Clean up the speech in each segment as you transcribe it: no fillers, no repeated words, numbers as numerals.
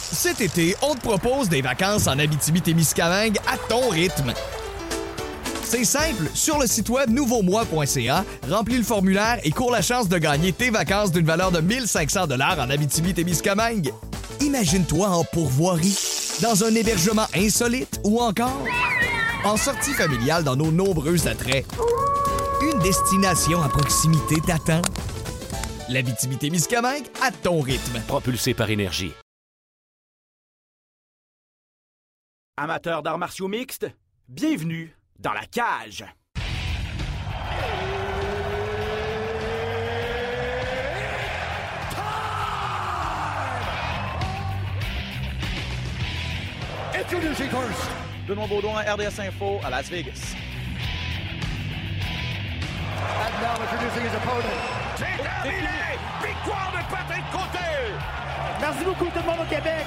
Cet été, on te propose des vacances en Abitibi-Témiscamingue à ton rythme. C'est simple, sur le site web nouveaumois.ca, remplis le formulaire et cours la chance de gagner tes vacances d'une valeur de 1 500 $ en Abitibi-Témiscamingue. Imagine-toi en pourvoirie, dans un hébergement insolite ou encore en sortie familiale dans nos nombreux attraits. Une destination à proximité t'attend. L'Abitibi-Témiscamingue à ton rythme. Propulsé par Énergie. Amateurs d'arts martiaux mixtes, bienvenue dans la cage. Introducing first, Benoît Baudouin, RDS Info à Las Vegas. And now introducing his opponent. C'est terminé! Victoire de Patrick Côté! Merci beaucoup tout le monde au Québec.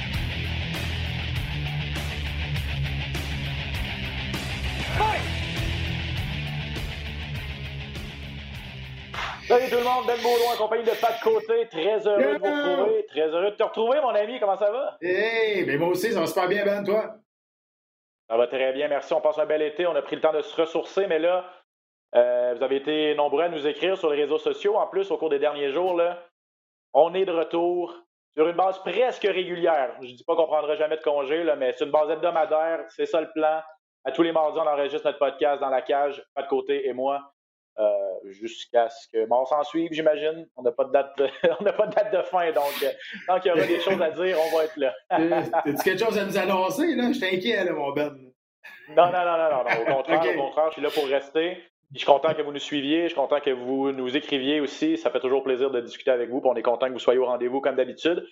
Salut tout le monde, Ben Baudouin en compagnie de Pat Côté. Très heureux de vous retrouver. Très heureux de te retrouver, mon ami. Comment ça va? Hey, mais moi aussi, ça va super bien, Ben, toi? Ça va très bien, merci. On passe un bel été. On a pris le temps de se ressourcer, mais là, vous avez été nombreux à nous écrire sur les réseaux sociaux. En plus, au cours des derniers jours, là, on est de retour sur une base presque régulière. Je ne dis pas qu'on ne prendra jamais de congé, là, mais c'est une base hebdomadaire. C'est ça le plan. À tous les mardis, on enregistre notre podcast dans la cage, Pat Côté et moi. Jusqu'à ce que on s'en suive, j'imagine. On n'a pas de date de fin, donc tant qu'il y aura des choses à dire, on va être là. T'as-tu quelque chose à nous annoncer, là? Je t'inquiète, là, mon Ben. Non. Au contraire, okay. Au contraire, je suis là pour rester. Je suis content que vous nous suiviez, je suis content que vous nous écriviez aussi. Ça fait toujours plaisir de discuter avec vous. On est content que vous soyez au rendez-vous comme d'habitude.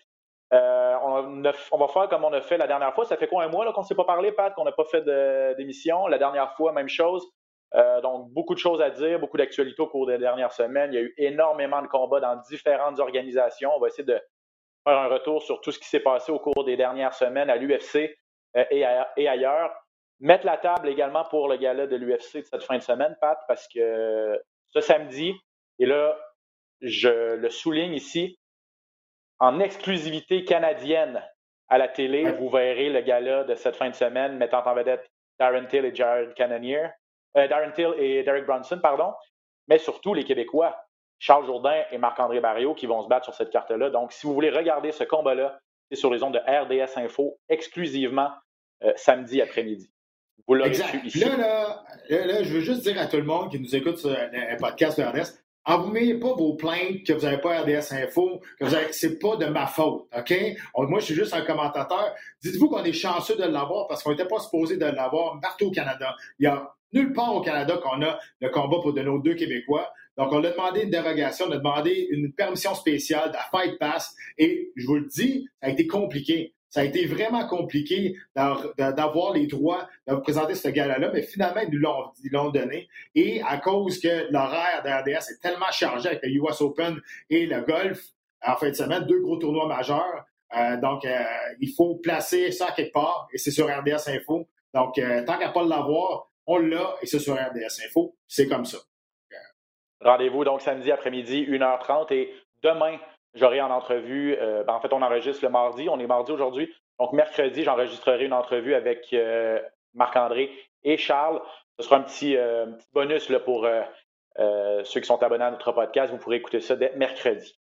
On va faire comme on a fait la dernière fois. Ça fait quoi, un mois là, qu'on ne s'est pas parlé, Pat, qu'on n'a pas fait d'émission? La dernière fois, même chose. Donc, beaucoup de choses à dire, beaucoup d'actualités au cours des dernières semaines. Il y a eu énormément de combats dans différentes organisations. On va essayer de faire un retour sur tout ce qui s'est passé au cours des dernières semaines à l'UFC et ailleurs. Mettre la table également pour le gala de l'UFC de cette fin de semaine, Pat, parce que ce samedi, et là, je le souligne ici, en exclusivité canadienne à la télé, vous verrez le gala de cette fin de semaine mettant en vedette Darren Till et Jared Cannonier. Darren Till et Derek Brunson, mais surtout les Québécois, Charles Jourdain et Marc-André Barriault qui vont se battre sur cette carte-là. Donc, si vous voulez regarder ce combat-là, c'est sur les ondes de RDS Info exclusivement samedi après-midi. Vous l'aurez su ici. Là, je veux juste dire à tout le monde qui nous écoute sur un podcast de RDS, envoyez pas vos plaintes que vous n'avez pas RDS Info, c'est pas de ma faute, OK? Moi, je suis juste un commentateur. Dites-vous qu'on est chanceux de l'avoir parce qu'on n'était pas supposé de l'avoir partout au Canada. Il y a nulle part au Canada qu'on a le combat pour de nos deux Québécois. Donc, on a demandé une dérogation, on a demandé une permission spéciale de Fight Pass. Et je vous le dis, ça a été compliqué. Ça a été vraiment compliqué d'avoir les droits de vous présenter ce gala-là, mais finalement, ils l'ont donné. Et à cause que l'horaire de RDS est tellement chargé avec le US Open et le golf, en fin de semaine, 2 gros tournois majeurs. Donc, il faut placer ça quelque part, et c'est sur RDS Info. Donc, tant qu'à pas l'avoir, on l'a, et c'est sur RDS Info. C'est comme ça. Rendez-vous donc samedi après-midi, 1h30. Et demain, j'aurai en entrevue, en fait, on enregistre le mardi. On est mardi aujourd'hui. Donc, mercredi, j'enregistrerai une entrevue avec Marc-André et Charles. Ce sera un petit bonus là, pour ceux qui sont abonnés à notre podcast. Vous pourrez écouter ça dès mercredi.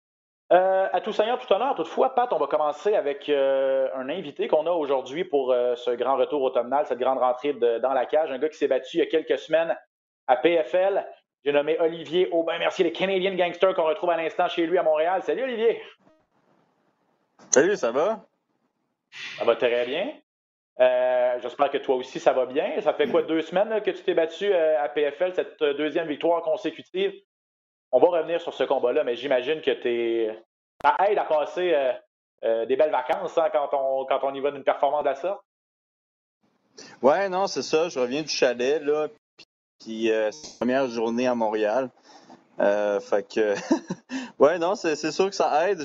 À tout seigneur, tout honneur, toutefois, Pat, on va commencer avec un invité qu'on a aujourd'hui pour ce grand retour automnal, cette grande rentrée dans la cage. Un gars qui s'est battu il y a quelques semaines à PFL. J'ai nommé Olivier Aubin-Mercier, les Canadian Gangsters qu'on retrouve à l'instant chez lui à Montréal. Salut Olivier! Salut, ça va? Ça va très bien. J'espère que toi aussi, ça va bien. Ça fait quoi, 2 semaines là, que tu t'es battu à PFL, cette deuxième victoire consécutive? On va revenir sur ce combat-là, mais j'imagine que ça aide à passer des belles vacances hein, quand on y va d'une performance de la sorte. Ouais, non, c'est ça. Je reviens du chalet, là. Puis c'est la première journée à Montréal. Fait que ouais, non, c'est sûr que ça aide.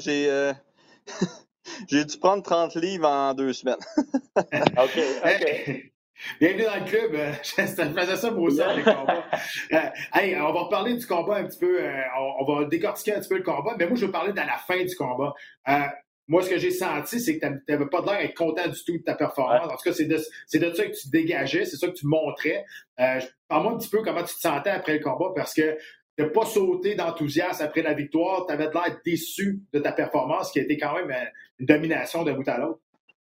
J'ai dû prendre 30 livres en 2 semaines. OK. Bienvenue dans le club. Je faisais ça moi aussi dans les combats. Hey, on va reparler du combat un petit peu. On va décortiquer un petit peu le combat. Mais moi, je veux parler de la fin du combat. moi, ce que j'ai senti, c'est que tu n'avais pas l'air d'être content du tout de ta performance. Ouais. En tout cas, c'est de ça que tu dégageais, c'est ça que tu montrais. Parle-moi un petit peu comment tu te sentais après le combat, parce que tu n'as pas sauté d'enthousiasme après la victoire. Tu avais l'air déçu de ta performance, qui a été quand même une domination d'un bout à l'autre.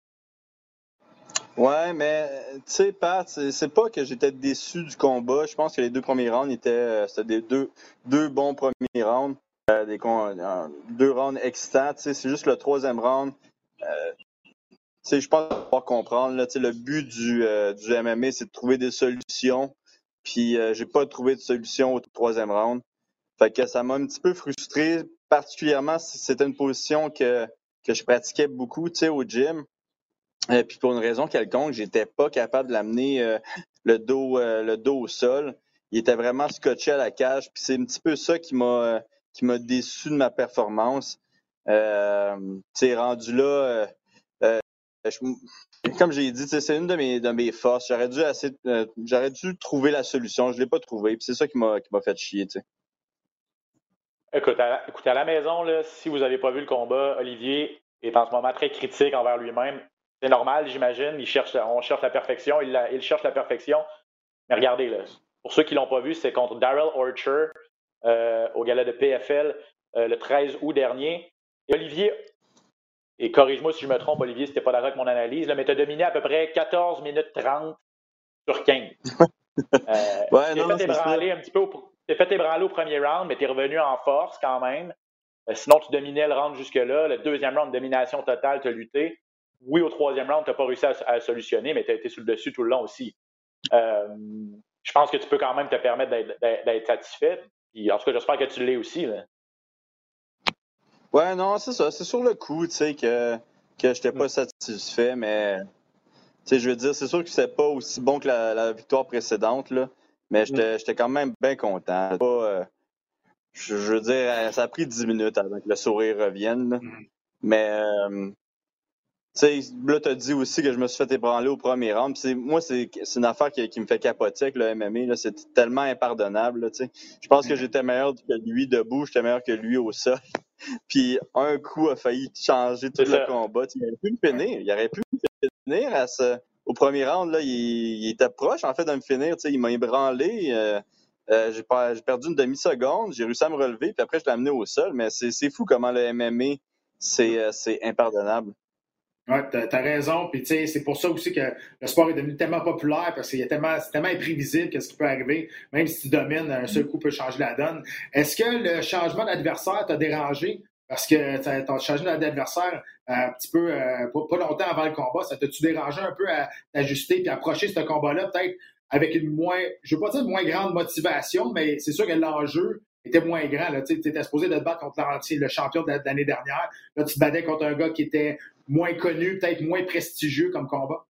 Ouais, mais tu sais, Pat, c'est pas que j'étais déçu du combat. Je pense que les 2 premiers rounds c'était des deux bons premiers rounds. 2 rounds excitants. C'est juste le 3e round. Je pense qu'on va pouvoir comprendre. Là, le but du MMA, c'est de trouver des solutions. Puis j'ai pas trouvé de solution au 3e round. Fait que ça m'a un petit peu frustré, particulièrement si c'était une position que je pratiquais beaucoup au gym. Puis pour une raison quelconque, j'étais pas capable de l'amener le dos au sol. Il était vraiment scotché à la cage. Puis c'est un petit peu ça qui m'a déçu de ma performance. Rendu là, comme j'ai dit, c'est une de mes forces. J'aurais dû trouver la solution. Je l'ai pas trouvée. Puis c'est ça qui m'a fait chier. T'sais. Écoute, à la maison, là, si vous n'avez pas vu le combat, Olivier est en ce moment très critique envers lui-même. C'est normal, j'imagine. On cherche la perfection. Il cherche la perfection. Mais regardez, là, pour ceux qui ne l'ont pas vu, c'est contre Darrell Archer au gala de PFL le 13 août dernier. Et Olivier, et corrige-moi si je me trompe, Olivier, si tu n'es pas d'accord avec mon analyse, là, mais tu as dominé à peu près 14 minutes 30 sur 15. T'es fait ébranler au premier round, mais tu es revenu en force quand même. Sinon, tu dominais le round jusque-là. Le 2e round, domination totale, tu as lutté. Oui, au 3e round, tu n'as pas réussi à solutionner, mais tu as été sur le dessus tout le long aussi. Je pense que tu peux quand même te permettre d'être satisfait. Puis, en tout cas, j'espère que tu l'es aussi. Là. Ouais, non, c'est ça. C'est sur le coup, tu sais, que je n'étais pas satisfait, mais je veux dire, c'est sûr que c'est pas aussi bon que la victoire précédente, là, mais j'étais quand même bien content. Je veux dire, ça a pris 10 minutes avant que le sourire revienne, là. Mais là, tu as dit aussi que je me suis fait ébranler au premier round. Moi, c'est une affaire qui me fait capoter avec le MMA. Là. C'est tellement impardonnable. Là, je pense que j'étais meilleur que lui debout, j'étais meilleur que lui au sol. Puis un coup a failli changer tout le combat. Il aurait pu me finir. Il aurait pu me finir au premier round. Là, il était proche en fait de me finir. Il m'a ébranlé. J'ai perdu une demi-seconde. J'ai réussi à me relever. Puis après, je l'ai amené au sol. Mais c'est fou comment le MMA, c'est impardonnable. Oui, t'as raison. Puis, tu sais, c'est pour ça aussi que le sport est devenu tellement populaire parce que c'est tellement imprévisible qu'est-ce qui peut arriver. Même si tu domines, un seul coup peut changer la donne. Est-ce que le changement d'adversaire t'a dérangé? Parce que t'as changé d'adversaire un petit peu, pas longtemps avant le combat. Ça t'a-tu dérangé un peu à t'ajuster puis approcher ce combat-là peut-être avec une je veux pas dire moins grande motivation, mais c'est sûr que l'enjeu était moins grand. Tu étais supposé de te battre contre le champion de l'année dernière. Là, tu te battais contre un gars qui était moins connu, peut-être moins prestigieux comme combat?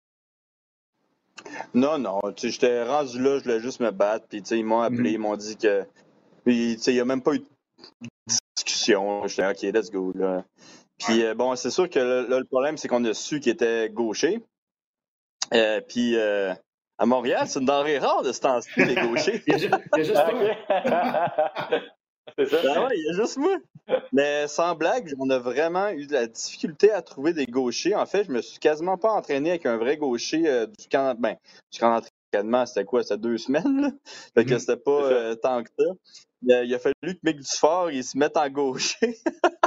Non. J'étais rendu là, je voulais juste me battre. Puis, ils m'ont appelé, ils m'ont dit que... Puis, il n'y a même pas eu de discussion. J'étais OK, let's go. Là. Puis, bon, c'est sûr que là, le problème, c'est qu'on a su qu'il était gaucher. Puis, à Montréal, c'est une denrée rare de ce temps-ci, les gauchers. il y a juste toi. C'est ça? Ben ouais, il y a juste moi. Mais sans blague, on a vraiment eu de la difficulté à trouver des gauchers. En fait, je me suis quasiment pas entraîné avec un vrai gaucher du camp d'entraînement. C'était quoi? C'était 2 semaines, là? Fait que c'était pas tant que ça. Il a fallu que Mick Dufort, il se mette en gaucher.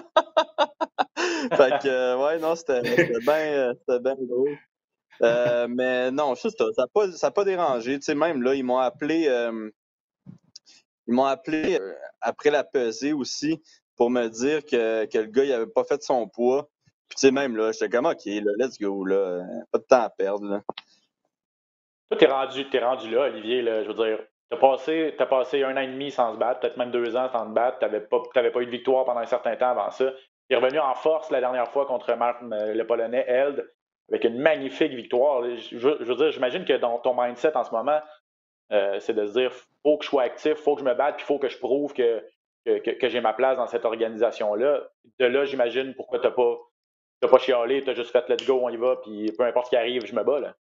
Fait que, ouais, non, c'était bien drôle. Mais non, juste ça n'a pas dérangé. Tu sais, même là, ils m'ont appelé après la pesée aussi pour me dire que le gars, il avait pas fait son poids. Puis tu sais, même là, j'étais comme OK, là, let's go, là. Pas de temps à perdre, là. Toi, t'es rendu là, Olivier, là, je veux dire. T'as passé 1 an et demi sans se battre, peut-être même 2 ans sans te battre. T'avais pas eu de victoire pendant un certain temps avant ça. T'es revenu en force la dernière fois contre le Polonais Held avec une magnifique victoire. Je veux dire, j'imagine que dans ton mindset en ce moment, c'est de se dire faut que je sois actif, faut que je me batte, puis faut que je prouve que j'ai ma place dans cette organisation-là. De là, j'imagine pourquoi t'as pas chialé, t'as juste fait let's go, on y va, puis peu importe ce qui arrive, je me bats, là.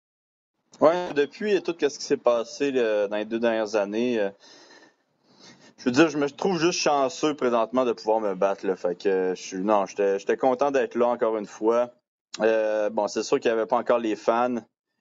Ouais, depuis tout ce qui s'est passé dans les 2 dernières années, je veux dire, je me trouve juste chanceux présentement de pouvoir me battre. Là, fait que j'étais content d'être là encore une fois. Bon, c'est sûr qu'il n'y avait pas encore les fans.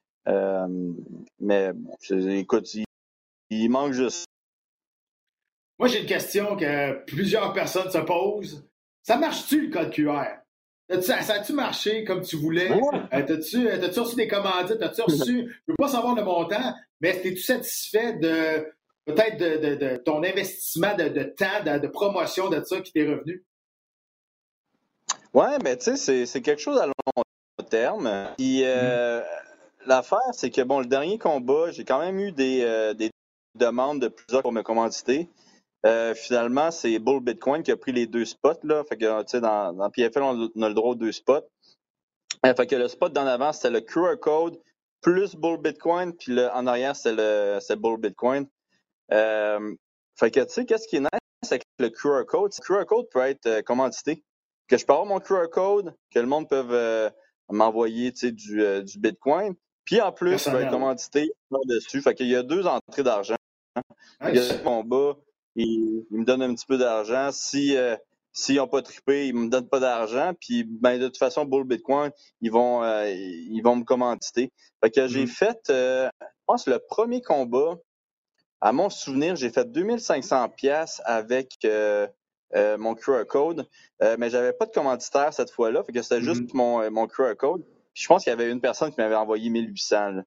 Mais bon, écoute, il manque juste. Moi, j'ai une question que plusieurs personnes se posent. Ça marche-tu, le code QR? Ça a-tu marché comme tu voulais? T'as-tu reçu des commandites? T'as-tu reçu... Je veux pas savoir le montant, mais es-tu satisfait de peut-être de ton investissement de temps, de promotion de ça qui t'est revenu? Ouais, mais tu sais, c'est quelque chose à long terme. Puis l'affaire, c'est que bon, le dernier combat, j'ai quand même eu des demandes de plusieurs pour me commanditer. Finalement, c'est Bull Bitcoin qui a pris les 2 spots. Là. Fait que, tu sais, dans PFL, on a le droit aux 2 spots. Fait que le spot d'en avant, c'était le QR code plus Bull Bitcoin, puis en arrière, c'est Bull Bitcoin. Fait que, tu sais, qu'est-ce qui est nice avec le QR code? Le QR code peut être commandité. Que je peux avoir mon QR code, que le monde peut m'envoyer, tu sais, du Bitcoin. Puis en plus, je peux être commandité dessus. Fait qu'il y a 2 entrées d'argent. Fait que mon bas, il me donne un petit peu d'argent. S'ils n'ont pas trippé, ils me donnent pas d'argent. Puis ben, de toute façon, Bull Bitcoin, ils vont me commanditer. Fait que j'ai fait, je pense, le premier combat. À mon souvenir, j'ai fait 2500$ avec mon QR code, mais j'avais pas de commanditaire cette fois-là, fait que c'était juste mon QR code. Puis je pense qu'il y avait une personne qui m'avait envoyé 1800. Là.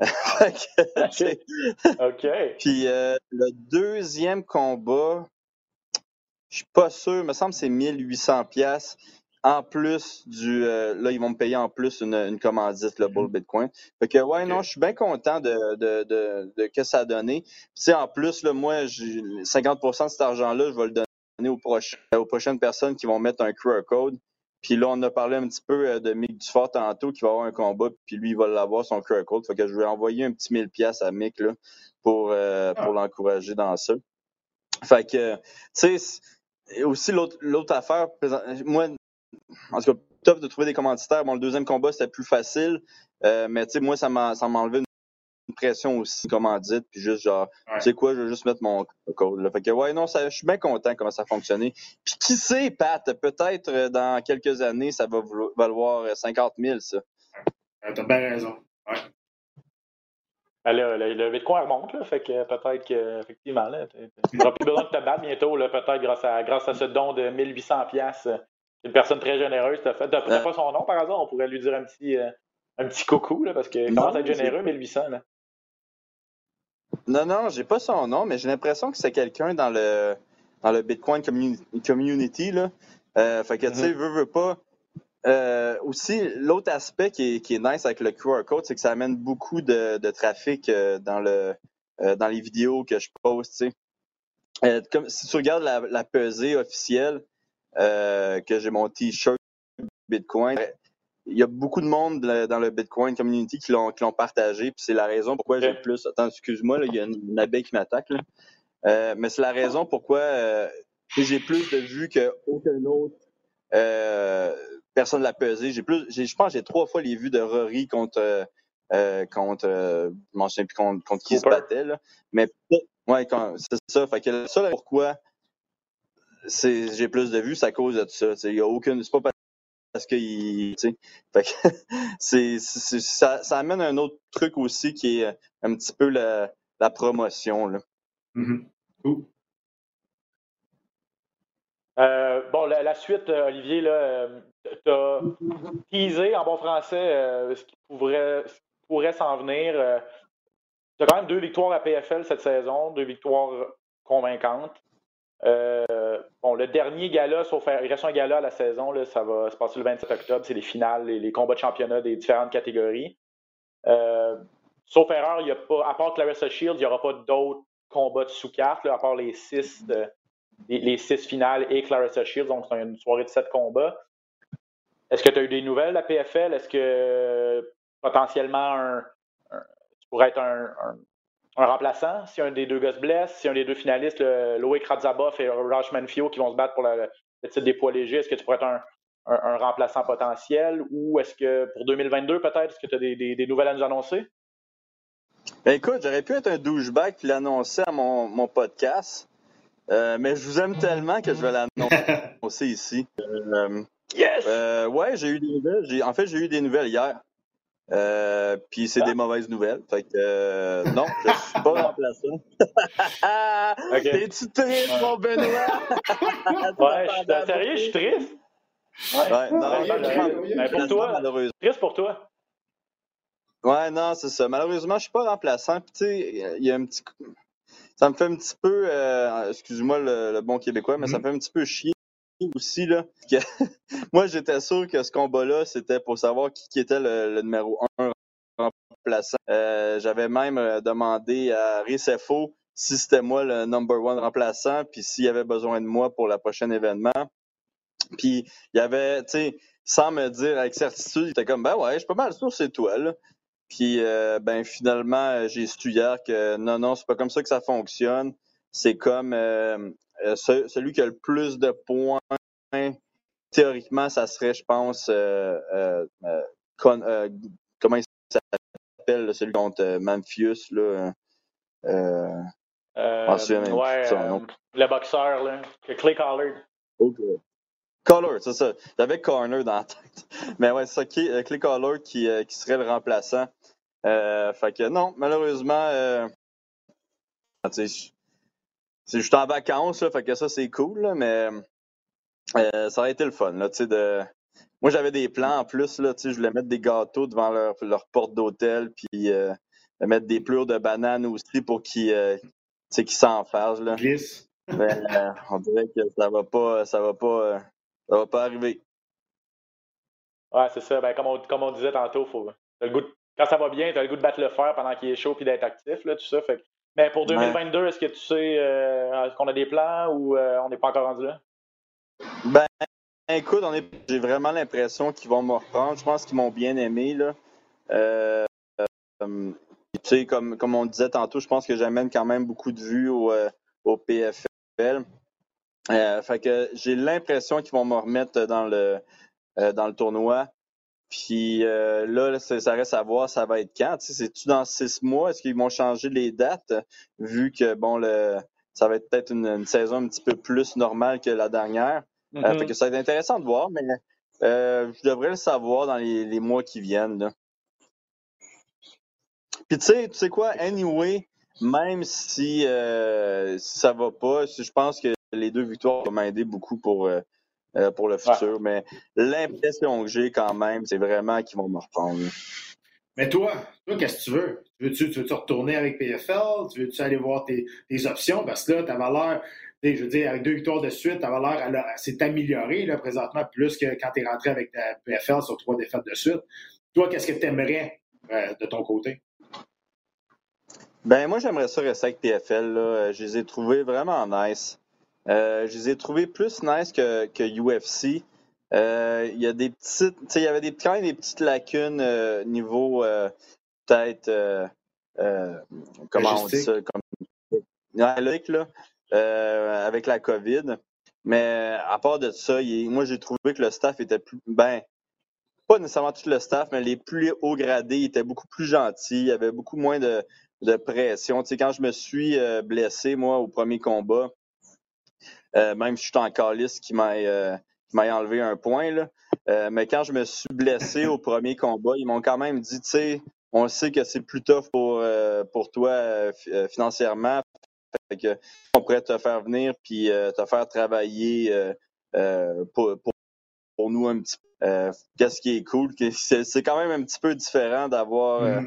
OK. Puis le deuxième combat, je suis pas sûr, il me semble que c'est 1800$. En plus là, ils vont me payer en plus une commandite, le Bull Bitcoin. Fait que, ouais, non, je suis bien content de que ça a donné. Puis, en plus, là, moi, 50% de cet argent-là, je vais le donner aux prochaines personnes qui vont mettre un QR code. Puis là, on a parlé un petit peu de Mick Dufort tantôt, qui va avoir un combat, puis lui, il va l'avoir, son QR code. Fait que je vais envoyer un petit 1000$ à Mick, là, pour l'encourager dans ça. Fait que, tu sais, aussi l'autre affaire, moi, en tout cas, top de trouver des commanditaires. Bon, le deuxième combat, c'était plus facile. Mais tu sais, moi, ça m'a enlevé une pression aussi, commandite. Puis juste genre, tu sais quoi, je vais juste mettre mon code. Là. Fait que ouais, non, je suis bien content comment ça a fonctionné. Puis qui sait, Pat, peut-être dans quelques années, ça va valoir 50 000, ça. T'as bien raison. Ouais. Le Bitcoin remonte, là, fait que peut-être qu'effectivement, tu n'auras plus besoin de te battre bientôt, là, peut-être grâce à ce don de 1800$. Une personne très généreuse t'a fait. T'as pas son nom, par hasard? On pourrait lui dire un petit coucou, là, parce qu'il commence à être généreux, 1800$. Là. Non, j'ai pas son nom, mais j'ai l'impression que c'est quelqu'un dans le Bitcoin community, là. Fait que, tu sais, veux pas. Aussi, l'autre aspect qui est nice avec le QR code, c'est que ça amène beaucoup de trafic dans les vidéos que je poste, tu sais. Comme si tu regardes la pesée officielle, que j'ai mon T-shirt Bitcoin, il y a beaucoup de monde dans le Bitcoin community qui l'ont partagé, puis c'est la raison pourquoi j'ai plus... Attends, excuse-moi, là, il y a une abeille qui m'attaque, là. Mais c'est la raison pourquoi j'ai plus de vues qu'aucun autre personne l'a pesé. Je pense que j'ai 3 fois les vues de Rory contre je m'en souviens plus contre qui se battait, là. Mais ouais, c'est ça. Fait que ça, pourquoi j'ai plus de vues, c'est à cause de ça. Il y a aucune... C'est pas parce que fait que ça amène un autre truc aussi qui est un petit peu la promotion, là. Cool. Bon, la suite, Olivier, là, t'as teasé en bon français ce qui pourrait s'en venir. T'as quand même 2 victoires à PFL cette saison, 2 victoires convaincantes. Bon, le dernier gala, il reste un gala à la saison, là, ça va se passer le 27 octobre, c'est les finales, les combats de championnat des différentes catégories. Sauf erreur, il y a pas, à part Claressa Shields, il n'y aura pas d'autres combats de sous-carte, à part les 6 finales et Claressa Shields, donc c'est une soirée de 7 combats. Est-ce que tu as eu des nouvelles de la PFL? Est-ce que potentiellement tu pourrais être un remplaçant si un des 2 gars se blesse, si un des 2 finalistes, Loïc Radzabov et Raj Manfio, qui vont se battre pour le titre des poids légers, est-ce que tu pourrais être un remplaçant potentiel, ou est-ce que pour 2022 peut-être, est-ce que tu as des nouvelles à nous annoncer? Ben écoute, j'aurais pu être un douchebag puis l'annoncer à mon podcast, Mais je vous aime tellement que je vais l'annoncer ici. Yes! Ouais, j'ai eu des nouvelles. En fait, j'ai eu des nouvelles hier. Puis c'est des mauvaises nouvelles. Fait que non, je suis pas remplaçant. Okay. T'es-tu triste, mon Benoît? Ouais, sérieux, je suis triste. Ouais, non, pour toi, malheureusement. triste pour toi. Ouais, non, c'est ça. Malheureusement, je suis pas remplaçant. Puis tu sais, il y a un petit... Ça me fait un petit peu, excuse-moi le bon québécois, mais ça me fait un petit peu chier aussi, là. Que moi, j'étais sûr que ce combat-là, c'était pour savoir qui était le numéro 1 remplaçant. J'avais même demandé à Ricefo si c'était moi le number 1 remplaçant, puis s'il y avait besoin de moi pour le prochain événement. Puis il y avait, tu sais, sans me dire avec certitude, il était comme, ben ouais, je suis pas mal sûr que c'est toi, là. Puis ben finalement, j'ai su hier que non, c'est pas comme ça que ça fonctionne. C'est comme celui qui a le plus de points, théoriquement, ça serait, je pense, comment il s'appelle, celui contre Mamphius, là. Le boxeur, là, Clay Collard. Okay. Collard, c'est ça. J'avais Corner dans la tête. Mais ouais, c'est ça, Clay Collard qui serait le remplaçant. Fait que non, malheureusement, c'est juste en vacances, là, fait que ça, c'est cool, là, mais ça aurait été le fun, là, tu sais, Moi, j'avais des plans en plus, là, tu sais, je voulais mettre des gâteaux devant leur porte d'hôtel, puis mettre des plures de bananes aussi pour qu'ils s'enfargent, là. Glisse. Mais on dirait que ça va pas arriver. Ouais, c'est ça. Ben, comme on disait tantôt, quand ça va bien, tu as le goût de battre le fer pendant qu'il est chaud puis d'être actif, là, tout ça. Fait... Mais pour 2022, est-ce que tu sais est-ce qu'on a des plans ou on n'est pas encore rendu là? Ben, écoute, j'ai vraiment l'impression qu'ils vont me reprendre. Je pense qu'ils m'ont bien aimé, là. Tu sais, comme on disait tantôt, je pense que j'amène quand même beaucoup de vues au PFL. Fait que j'ai l'impression qu'ils vont me remettre dans le tournoi. Puis là, ça reste à voir, ça va être quand. C'est-tu dans 6 mois? Est-ce qu'ils vont changer les dates? Vu que, bon, ça va être peut-être une saison un petit peu plus normale que la dernière. Fait que ça va être intéressant de voir, mais je devrais le savoir dans les mois qui viennent, là. Puis tu sais quoi, anyway, même si ça va pas, je pense que les 2 victoires vont m'aider beaucoup pour le futur. Ouais. Mais l'impression que j'ai quand même, c'est vraiment qu'ils vont me reprendre. Mais toi, qu'est-ce que tu veux? Tu retourner avec PFL? Tu veux-tu aller voir tes options? Parce que là, ta valeur, je veux dire, avec 2 victoires de suite, ta valeur, elle s'est améliorée là, présentement, plus que quand tu es rentré avec ta PFL sur 3 défaites de suite. Toi, qu'est-ce que tu aimerais de ton côté? Ben moi, j'aimerais ça rester avec PFL. Là. Je les ai trouvés vraiment nice. Je les ai trouvés plus nice que UFC. Il y a des petites, il y avait quand même des petites lacunes niveau peut-être comment on dit ça, comme logique là, avec la COVID. Mais à part de ça, moi j'ai trouvé que le staff était plus pas nécessairement tout le staff, mais les plus hauts gradés étaient beaucoup plus gentils. Il y avait beaucoup moins de pression. Tu sais, quand je me suis blessé, moi, au premier combat, même si je suis en calice qui m'a enlevé un point, là, mais quand je me suis blessé au premier combat, ils m'ont quand même dit, tu sais, on sait que c'est plus tough pour toi financièrement, fait que on pourrait te faire venir puis te faire travailler pour nous un petit peu. Qu'est-ce qui est cool, c'est quand même un petit peu différent d'avoir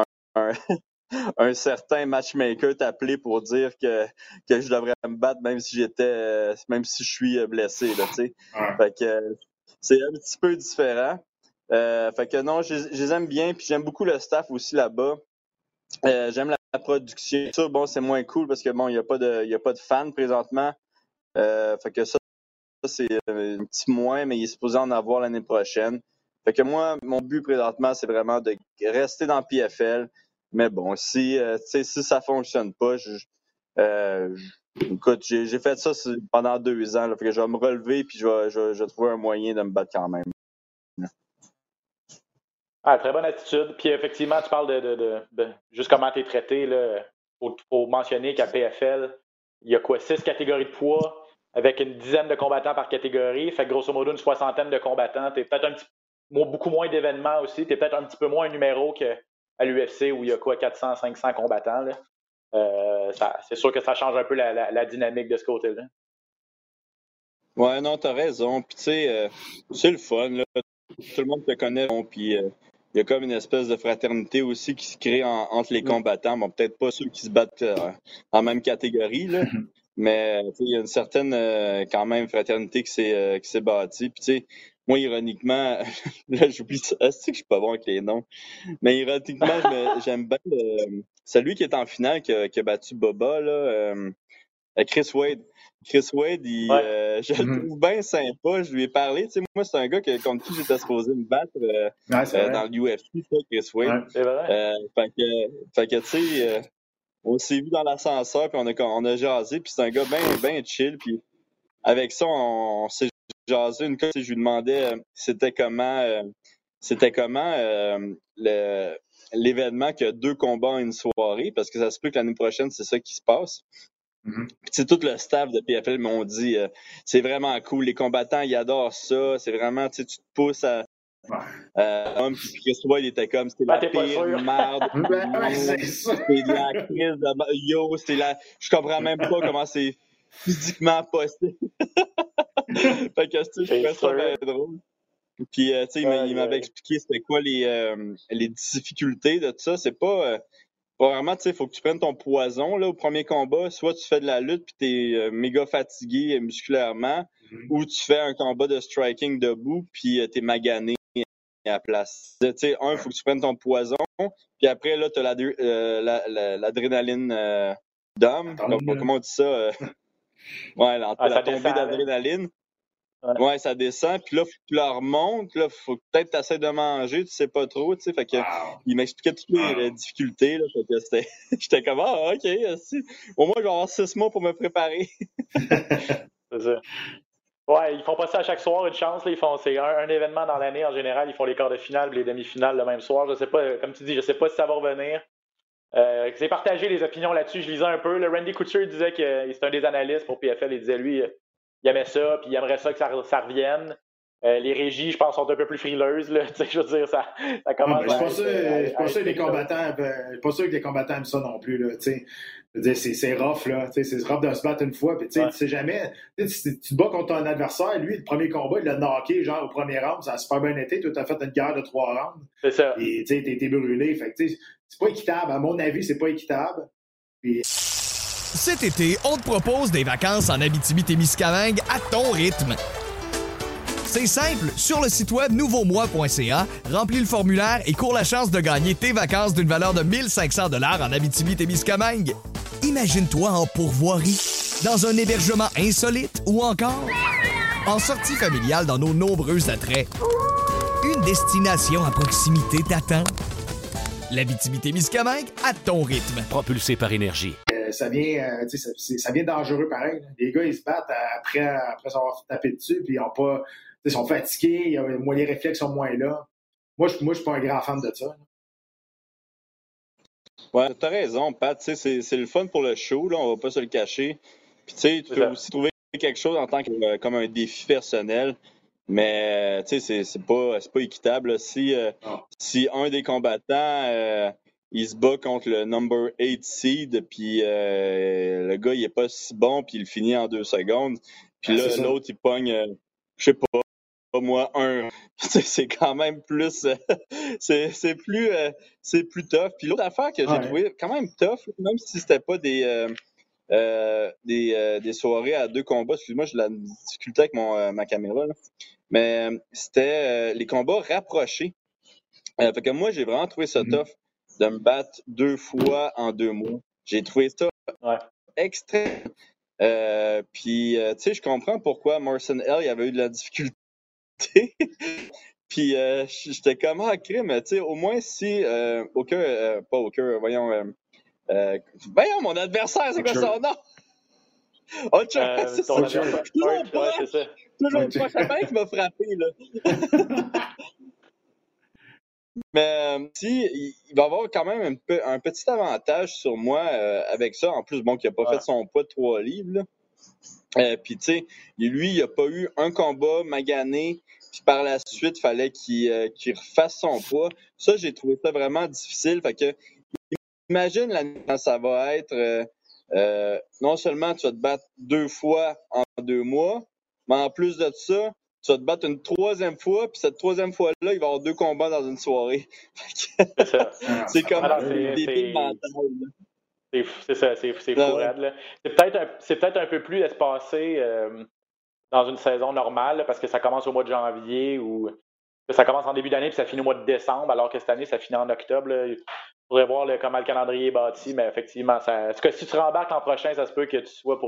un certain matchmaker t'appeler pour dire que je devrais me battre même si je suis blessé, là, tu sais. Fait que c'est un petit peu différent. Fait que non, je les aime bien, puis j'aime beaucoup le staff aussi là-bas. J'aime la production. Ça, bon, c'est moins cool parce que bon, il y a pas de fans présentement. Fait que ça c'est un petit moins, mais il est supposé en avoir l'année prochaine. Fait que moi, mon but présentement, c'est vraiment de rester dans PFL. Mais bon, si ça fonctionne pas, écoute, j'ai fait ça pendant 2 ans. Là, fait que je vais me relever puis je vais trouver un moyen de me battre quand même. Ah, très bonne attitude. Puis effectivement, tu parles de juste comment tu es traité. Il faut mentionner qu'à PFL, il y a 6 catégories de poids avec une dizaine de combattants par catégorie. Fait que grosso modo, une 60aine de combattants. T'es peut-être beaucoup moins d'événements aussi. T'es peut-être un petit peu moins un numéro qu'à l'UFC où il y a 400, 500 combattants. Là. C'est sûr que ça change un peu la dynamique de ce côté-là. Ouais, non, t'as raison. Puis tu sais, c'est le fun, là. Tout le monde te connaît. Puis il y a comme une espèce de fraternité aussi qui se crée entre les combattants. Bon, peut-être pas ceux qui se battent en même catégorie, là. Mais il y a une certaine, quand même, fraternité qui s'est bâtie. Puis tu sais, moi, ironiquement, là, j'oublie ça. C'est que je suis pas bon avec les noms. Mais ironiquement, j'aime bien celui qui est en finale, qui a battu Boba, là, Chris Wade. Chris Wade, je le trouve bien sympa. Je lui ai parlé. Tu sais, moi, c'est un gars contre qui j'étais supposé me battre dans l'UFC, Chris Wade. Ouais, c'est vrai. Fait que tu sais, on s'est vu dans l'ascenseur, puis on a jasé, puis c'est un gars bien chill. Puis avec ça, on s'est jasé une fois. Je lui demandais c'était comment l'événement qu'il y a 2 combats en une soirée, parce que ça se peut que l'année prochaine, c'est ça qui se passe. Puis tout le staff de PFL m'ont dit c'est vraiment cool, les combattants ils adorent ça, c'est vraiment, tu te pousses à puis Chris Wade, il était comme c'était la pire merde, c'est de la crise de je comprends même pas comment c'est physiquement possible. Fait que je trouvais ça bien drôle. Puis tu sais, il m'avait expliqué c'était quoi les difficultés de tout ça. C'est pas vraiment, tu sais, il faut que tu prennes ton poison là, au premier combat. Soit tu fais de la lutte puis t'es méga fatigué musculairement, ou tu fais un combat de striking debout puis t'es magané à la place. Tu sais, il faut que tu prennes ton poison. Puis après, là, t'as l'adrénaline d'homme. Comment on dit ça? Ouais, la tombée d'adrénaline. Ouais, ça descend, puis là, faut que tu la remontes, là, faut que peut-être tu essaies de manger, tu sais pas trop, tu sais, fait que il m'expliquait toutes les difficultés, là, fait que j'étais comme, ok, au moins, je vais avoir 6 mois pour me préparer. C'est ça. Ouais, ils font pas ça à chaque soir, une chance, là, c'est un événement dans l'année, en général, ils font les quarts de finale, les demi-finales le même soir, je sais pas, comme tu dis, je sais pas si ça va revenir. J'ai partagé les opinions là-dessus, je lisais un peu, le Randy Couture disait que c'est un des analystes pour PFL, il disait, lui, il aimait ça, puis il aimerait ça que ça revienne. Les régies, je pense, sont un peu plus frileuses. Là. Je veux dire, ça commence je suis pas sûr que les combattants aiment ça non plus. Là, je veux dire, c'est rough, là. C'est rough de se battre une fois. Puis tu sais jamais. Si tu te bats contre un adversaire, lui, le premier combat, il l'a knocké genre au premier round, ça a super bien été. Toi, tu as fait une guerre de 3 rounds. C'est ça. Et tu sais, t'es brûlé. Fait que c'est pas équitable. À mon avis, c'est pas équitable. Puis... Cet été, on te propose des vacances en Abitibi-Témiscamingue à ton rythme. C'est simple, sur le site web nouveaumois.ca, remplis le formulaire et cours la chance de gagner tes vacances d'une valeur de 1 500 $ en Abitibi-Témiscamingue. Imagine-toi en pourvoirie, dans un hébergement insolite ou encore en sortie familiale dans nos nombreux attraits. Une destination à proximité t'attend. L'Abitibi-Témiscamingue à ton rythme. Propulsé par énergie. Ça vient dangereux pareil. Les gars, ils se battent après s'avoir tapé dessus, puis ils sont fatigués, les réflexes sont moins là. Moi, je suis pas un grand fan de ça. Ouais, t'as raison, Pat. C'est le fun pour le show, là, on va pas se le cacher. Puis tu peux aussi trouver quelque chose en tant que comme un défi personnel. Mais c'est pas équitable. Là. Si un des combattants il se bat contre le number 8 seed, puis le gars il est pas si bon, puis il finit en 2 secondes. Puis là, l'autre il pogne, je sais pas moi, c'est quand même plus c'est plus tough. Puis l'autre affaire que j'ai trouvé quand même tough, même si c'était pas des soirées à 2 combats, excuse-moi, j'ai de la difficulté avec ma caméra là. Mais c'était les combats rapprochés. Fait que moi, j'ai vraiment trouvé ça tough de me battre 2 fois en 2 mois. J'ai trouvé ça extrême. Puis, tu sais, je comprends pourquoi Morrison L. il avait eu de la difficulté. Puis, j'étais comme crime. Tu sais, au moins si voyons, mon adversaire, c'est quoi son nom? C'est ton adversaire. C'est ça. Toujours une fois, c'est qui m'a frappé, là. Mais si va avoir quand même un petit avantage sur moi avec ça. En plus, bon, qu'il n'a pas fait son poids de 3 livres. Puis, tu sais, lui, il n'a pas eu un combat magané. Puis par la suite, il fallait qu'il refasse son poids. Ça, j'ai trouvé ça vraiment difficile. Fait que, imagine l'année quand ça va être. Non seulement tu vas te battre 2 fois en 2 mois, mais en plus de ça, tu vas te battre une 3e fois, puis cette 3e fois-là, il va y avoir 2 combats dans une soirée. C'est ça. C'est comme des piles mentales. C'est ça, c'est fou raide, là. C'est peut-être un peu plus espacé dans une saison normale, là, parce que ça commence au mois de janvier ou ça commence en début d'année puis ça finit au mois de décembre, alors que cette année, ça finit en octobre. Là. Il faudrait voir comment le calendrier est bâti, mais effectivement, en tout cas, si tu rembarques l'an prochain, ça se peut que tu sois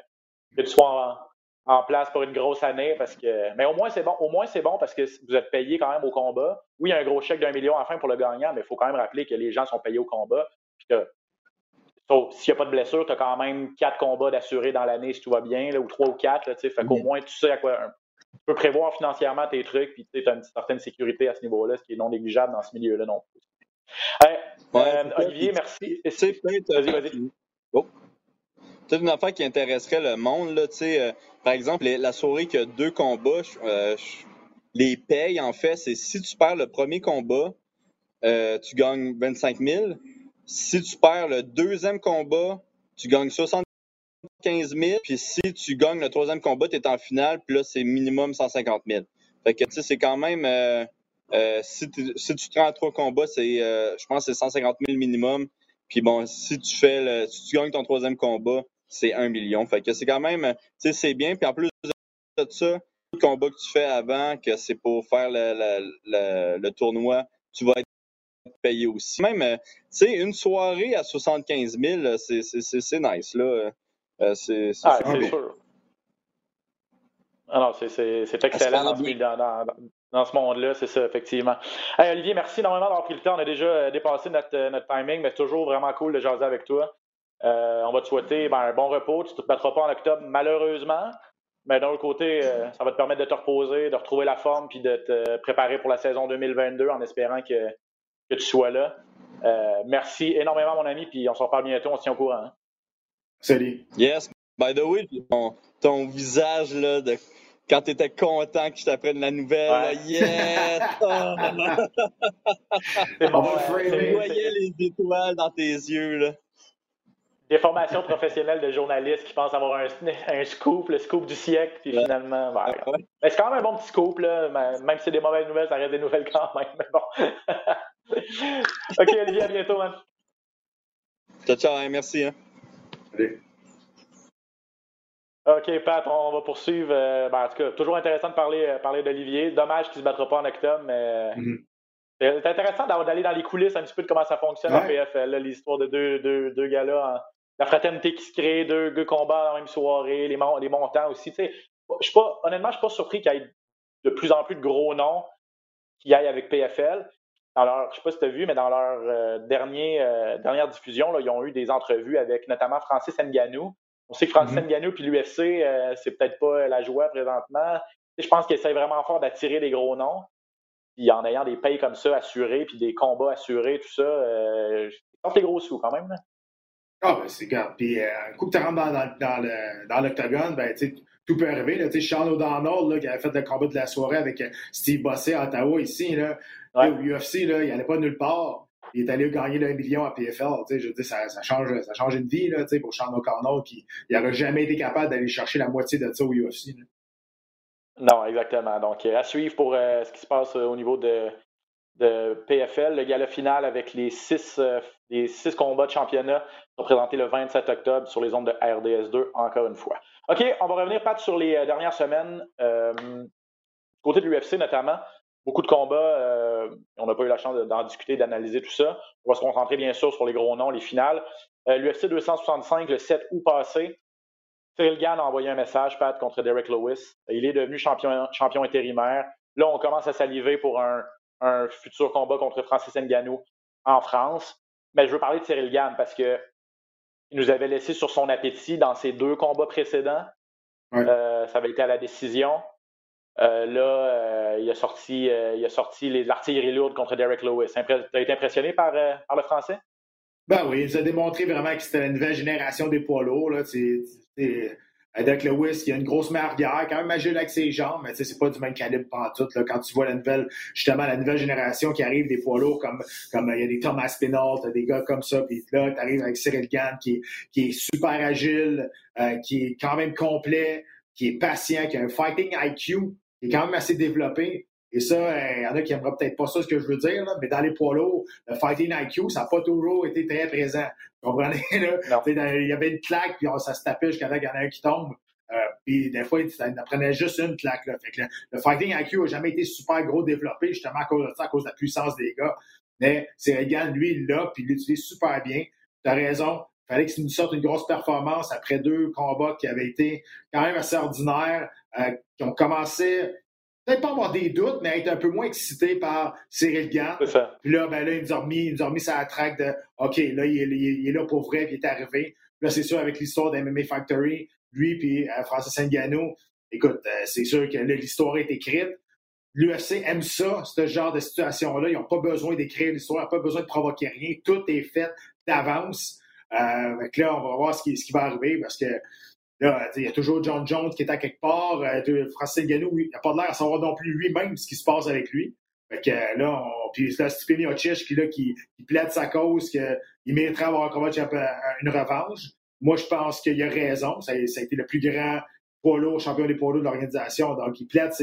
en place pour une grosse année, parce que. Mais au moins c'est bon parce que vous êtes payé quand même au combat. Oui, il y a un gros chèque d'1 million à la fin pour le gagnant, mais il faut quand même rappeler que les gens sont payés au combat. Puis que, s'il n'y a pas de blessure, tu as quand même 4 combats d'assurés dans l'année si tout va bien, là, ou 3 ou 4. Là, fait qu'au moins, tu sais à quoi. Tu peux prévoir financièrement tes trucs, puis tu as une certaine sécurité à ce niveau-là, ce qui est non négligeable dans ce milieu-là non plus. Olivier, merci. Vas-y. Oh. Peut-être une affaire qui intéresserait le monde, là, par exemple, la soirée qui a 2 combats, les payes, en fait, c'est si tu perds le premier combat, tu gagnes 25 000. Si tu perds le 2e combat, tu gagnes 75 000. Puis si tu gagnes le 3e combat, tu es en finale, puis là, c'est minimum 150 000. Fait que, tu sais, c'est quand même... si tu te rends à 3 combats, je pense que c'est 150 000 minimum. Puis bon, si tu gagnes ton 3e combat, c'est 1 million. Fait que c'est quand même... Tu sais, c'est bien. Puis en plus de ça, le combat que tu fais avant, que c'est pour faire le tournoi, tu vas être payé aussi. Même, tu sais, une soirée à 75 000, c'est nice, là. C'est sûr. Alors, c'est excellent dans ce monde-là, c'est ça, effectivement. Hey, Olivier, merci énormément d'avoir pris le temps. On a déjà dépassé notre timing, mais c'est toujours vraiment cool de jaser avec toi. On va te souhaiter un bon repos. Tu ne te battras pas en octobre, malheureusement. Mais d'un autre côté, ça va te permettre de te reposer, de retrouver la forme, puis de te préparer pour la saison 2022 en espérant que tu sois là. Merci énormément, mon ami, puis on se reparle bientôt, on se tient au courant. Hein? Salut. Yes. By the way, ton visage, là, quand tu étais content que je t'apprenne la nouvelle, là, yes! C'est bon, tu voyais les étoiles dans tes yeux, là. Des formations professionnelles de journalistes qui pensent avoir un scoop, le scoop du siècle, puis finalement... Mais c'est quand même un bon petit scoop, là. Même si c'est des mauvaises nouvelles, ça reste des nouvelles quand même. Mais bon. OK, Olivier, à bientôt, man. Ciao, hein, merci. Hein. Allez. OK, Pat, on va poursuivre. En tout cas, toujours intéressant de parler d'Olivier. Dommage qu'il ne se battra pas en octobre, mais c'est intéressant d'aller dans les coulisses un petit peu de comment ça fonctionne en PFL, là, l'histoire de deux gars-là. La fraternité qui se crée, 2 combats dans la même soirée, les montants aussi. Honnêtement, je suis pas surpris qu'il y ait de plus en plus de gros noms qui aillent avec PFL. Je ne sais pas si tu as vu, mais dans leur dernière diffusion, là, ils ont eu des entrevues avec notamment Francis Ngannou. On sait que Francis Ngannou puis l'UFC, c'est peut-être pas la joie présentement. Je pense qu'ils essayent vraiment fort d'attirer des gros noms. Puis en ayant des payes comme ça assurés, puis des combats assurés, tout ça, je pense les gros sous quand même. Là. Ah, ben c'est grave. Puis un coup que tu rentres dans l'octogone, ben tu sais, tout peut arriver. Tu sais, Sean O'Donnell, là, qui avait fait le combat de la soirée avec Steve Bossé à Ottawa ici, là, au UFC, là, il n'allait pas nulle part. Il est allé gagner le 1 million à PFL. Tu sais, je veux dire, ça change une vie, là, tu sais, pour Sean O'Donnell, qui n'aurait jamais été capable d'aller chercher la moitié de ça au UFC. Là. Non, exactement. Donc, à suivre pour ce qui se passe au niveau de PFL. Le gala final avec les 6 combats de championnat sont présentés le 27 octobre sur les ondes de RDS2, encore une fois. OK, on va revenir, Pat, sur les dernières semaines. Côté de l'UFC, notamment, beaucoup de combats. On n'a pas eu la chance d'en discuter, d'analyser tout ça. On va se concentrer, bien sûr, sur les gros noms, les finales. L'UFC 265, le 7 août passé, Cyril Gane a envoyé un message, Pat, contre Derek Lewis. Il est devenu champion intérimaire. Là, on commence à saliver pour un futur combat contre Francis Ngannou en France. Mais je veux parler de Cyril Gane parce qu'il nous avait laissé sur son appétit dans ses 2 combats précédents. Ouais. Ça avait été à la décision. il a sorti les artilleries lourdes contre Derek Lewis. T'as été impressionné par le Français? Ben oui, il nous a démontré vraiment que c'était la nouvelle génération des poids lourds. Là. Derek Lewis, il a une grosse main arrière, quand même agile avec ses jambes, mais c'est pas du même calibre pantoute. Là, quand tu vois la nouvelle génération qui arrive des poids lourds, comme il y a des Thomas Pinard, t'as des gars comme ça, puis là, t'arrives avec Cyril Gane qui est super agile, qui est quand même complet, qui est patient, qui a un fighting IQ, qui est quand même assez développé. Et ça, il y en a qui n'aimeraient peut-être pas ça, ce que je veux dire, là, mais dans les poids lourds, le fighting IQ, ça n'a pas toujours été très présent. Vous comprenez? Là? Il y avait une claque, puis ça se tapait jusqu'à là qu'il y en a un qui tombe. Puis des fois, il en prenait juste une claque. Là. Fait que le fighting IQ n'a jamais été super gros développé, justement à cause de ça, à cause de la puissance des gars. Mais Cyril Gane, lui, il l'a, puis il l'utilise super bien. Tu as raison. Il fallait qu'il nous sorte une grosse performance après 2 combats qui avaient été quand même assez ordinaires, qui ont commencé... Peut-être pas avoir des doutes, mais être un peu moins excité par Cyril Gane. C'est ça. Puis là, il nous a remis ça à la traque de OK, là, il est là pour vrai, puis il est arrivé. Puis là, c'est sûr, avec l'histoire d'MMA Factory, lui puis Francis Ngannou, écoute, c'est sûr que là, l'histoire est écrite. L'UFC aime ça, ce genre de situation-là. Ils n'ont pas besoin d'écrire l'histoire, ils n'ont pas besoin de provoquer rien. Tout est fait d'avance. Donc là, on va voir ce qui va arriver parce que là, il y a toujours John Jones qui est à quelque part. Francis Ngannou, il n'a pas l'air à savoir non plus lui-même ce qui se passe avec lui. Fait que là, puis là, Stipe Miocic qui plaide sa cause, qu'il mériterait avoir un combat une revanche. Moi, je pense qu'il a raison. Ça a été le plus grand poids lourd, champion des poids lourds de l'organisation. Donc, il plaide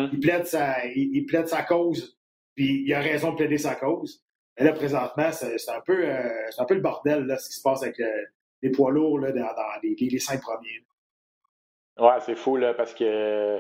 sa cause, puis il a raison de plaider sa cause. Mais là, présentement, c'est un peu le bordel, là, ce qui se passe avec les poids lourds là, dans les 5 premiers. Ouais, c'est fou, là, parce que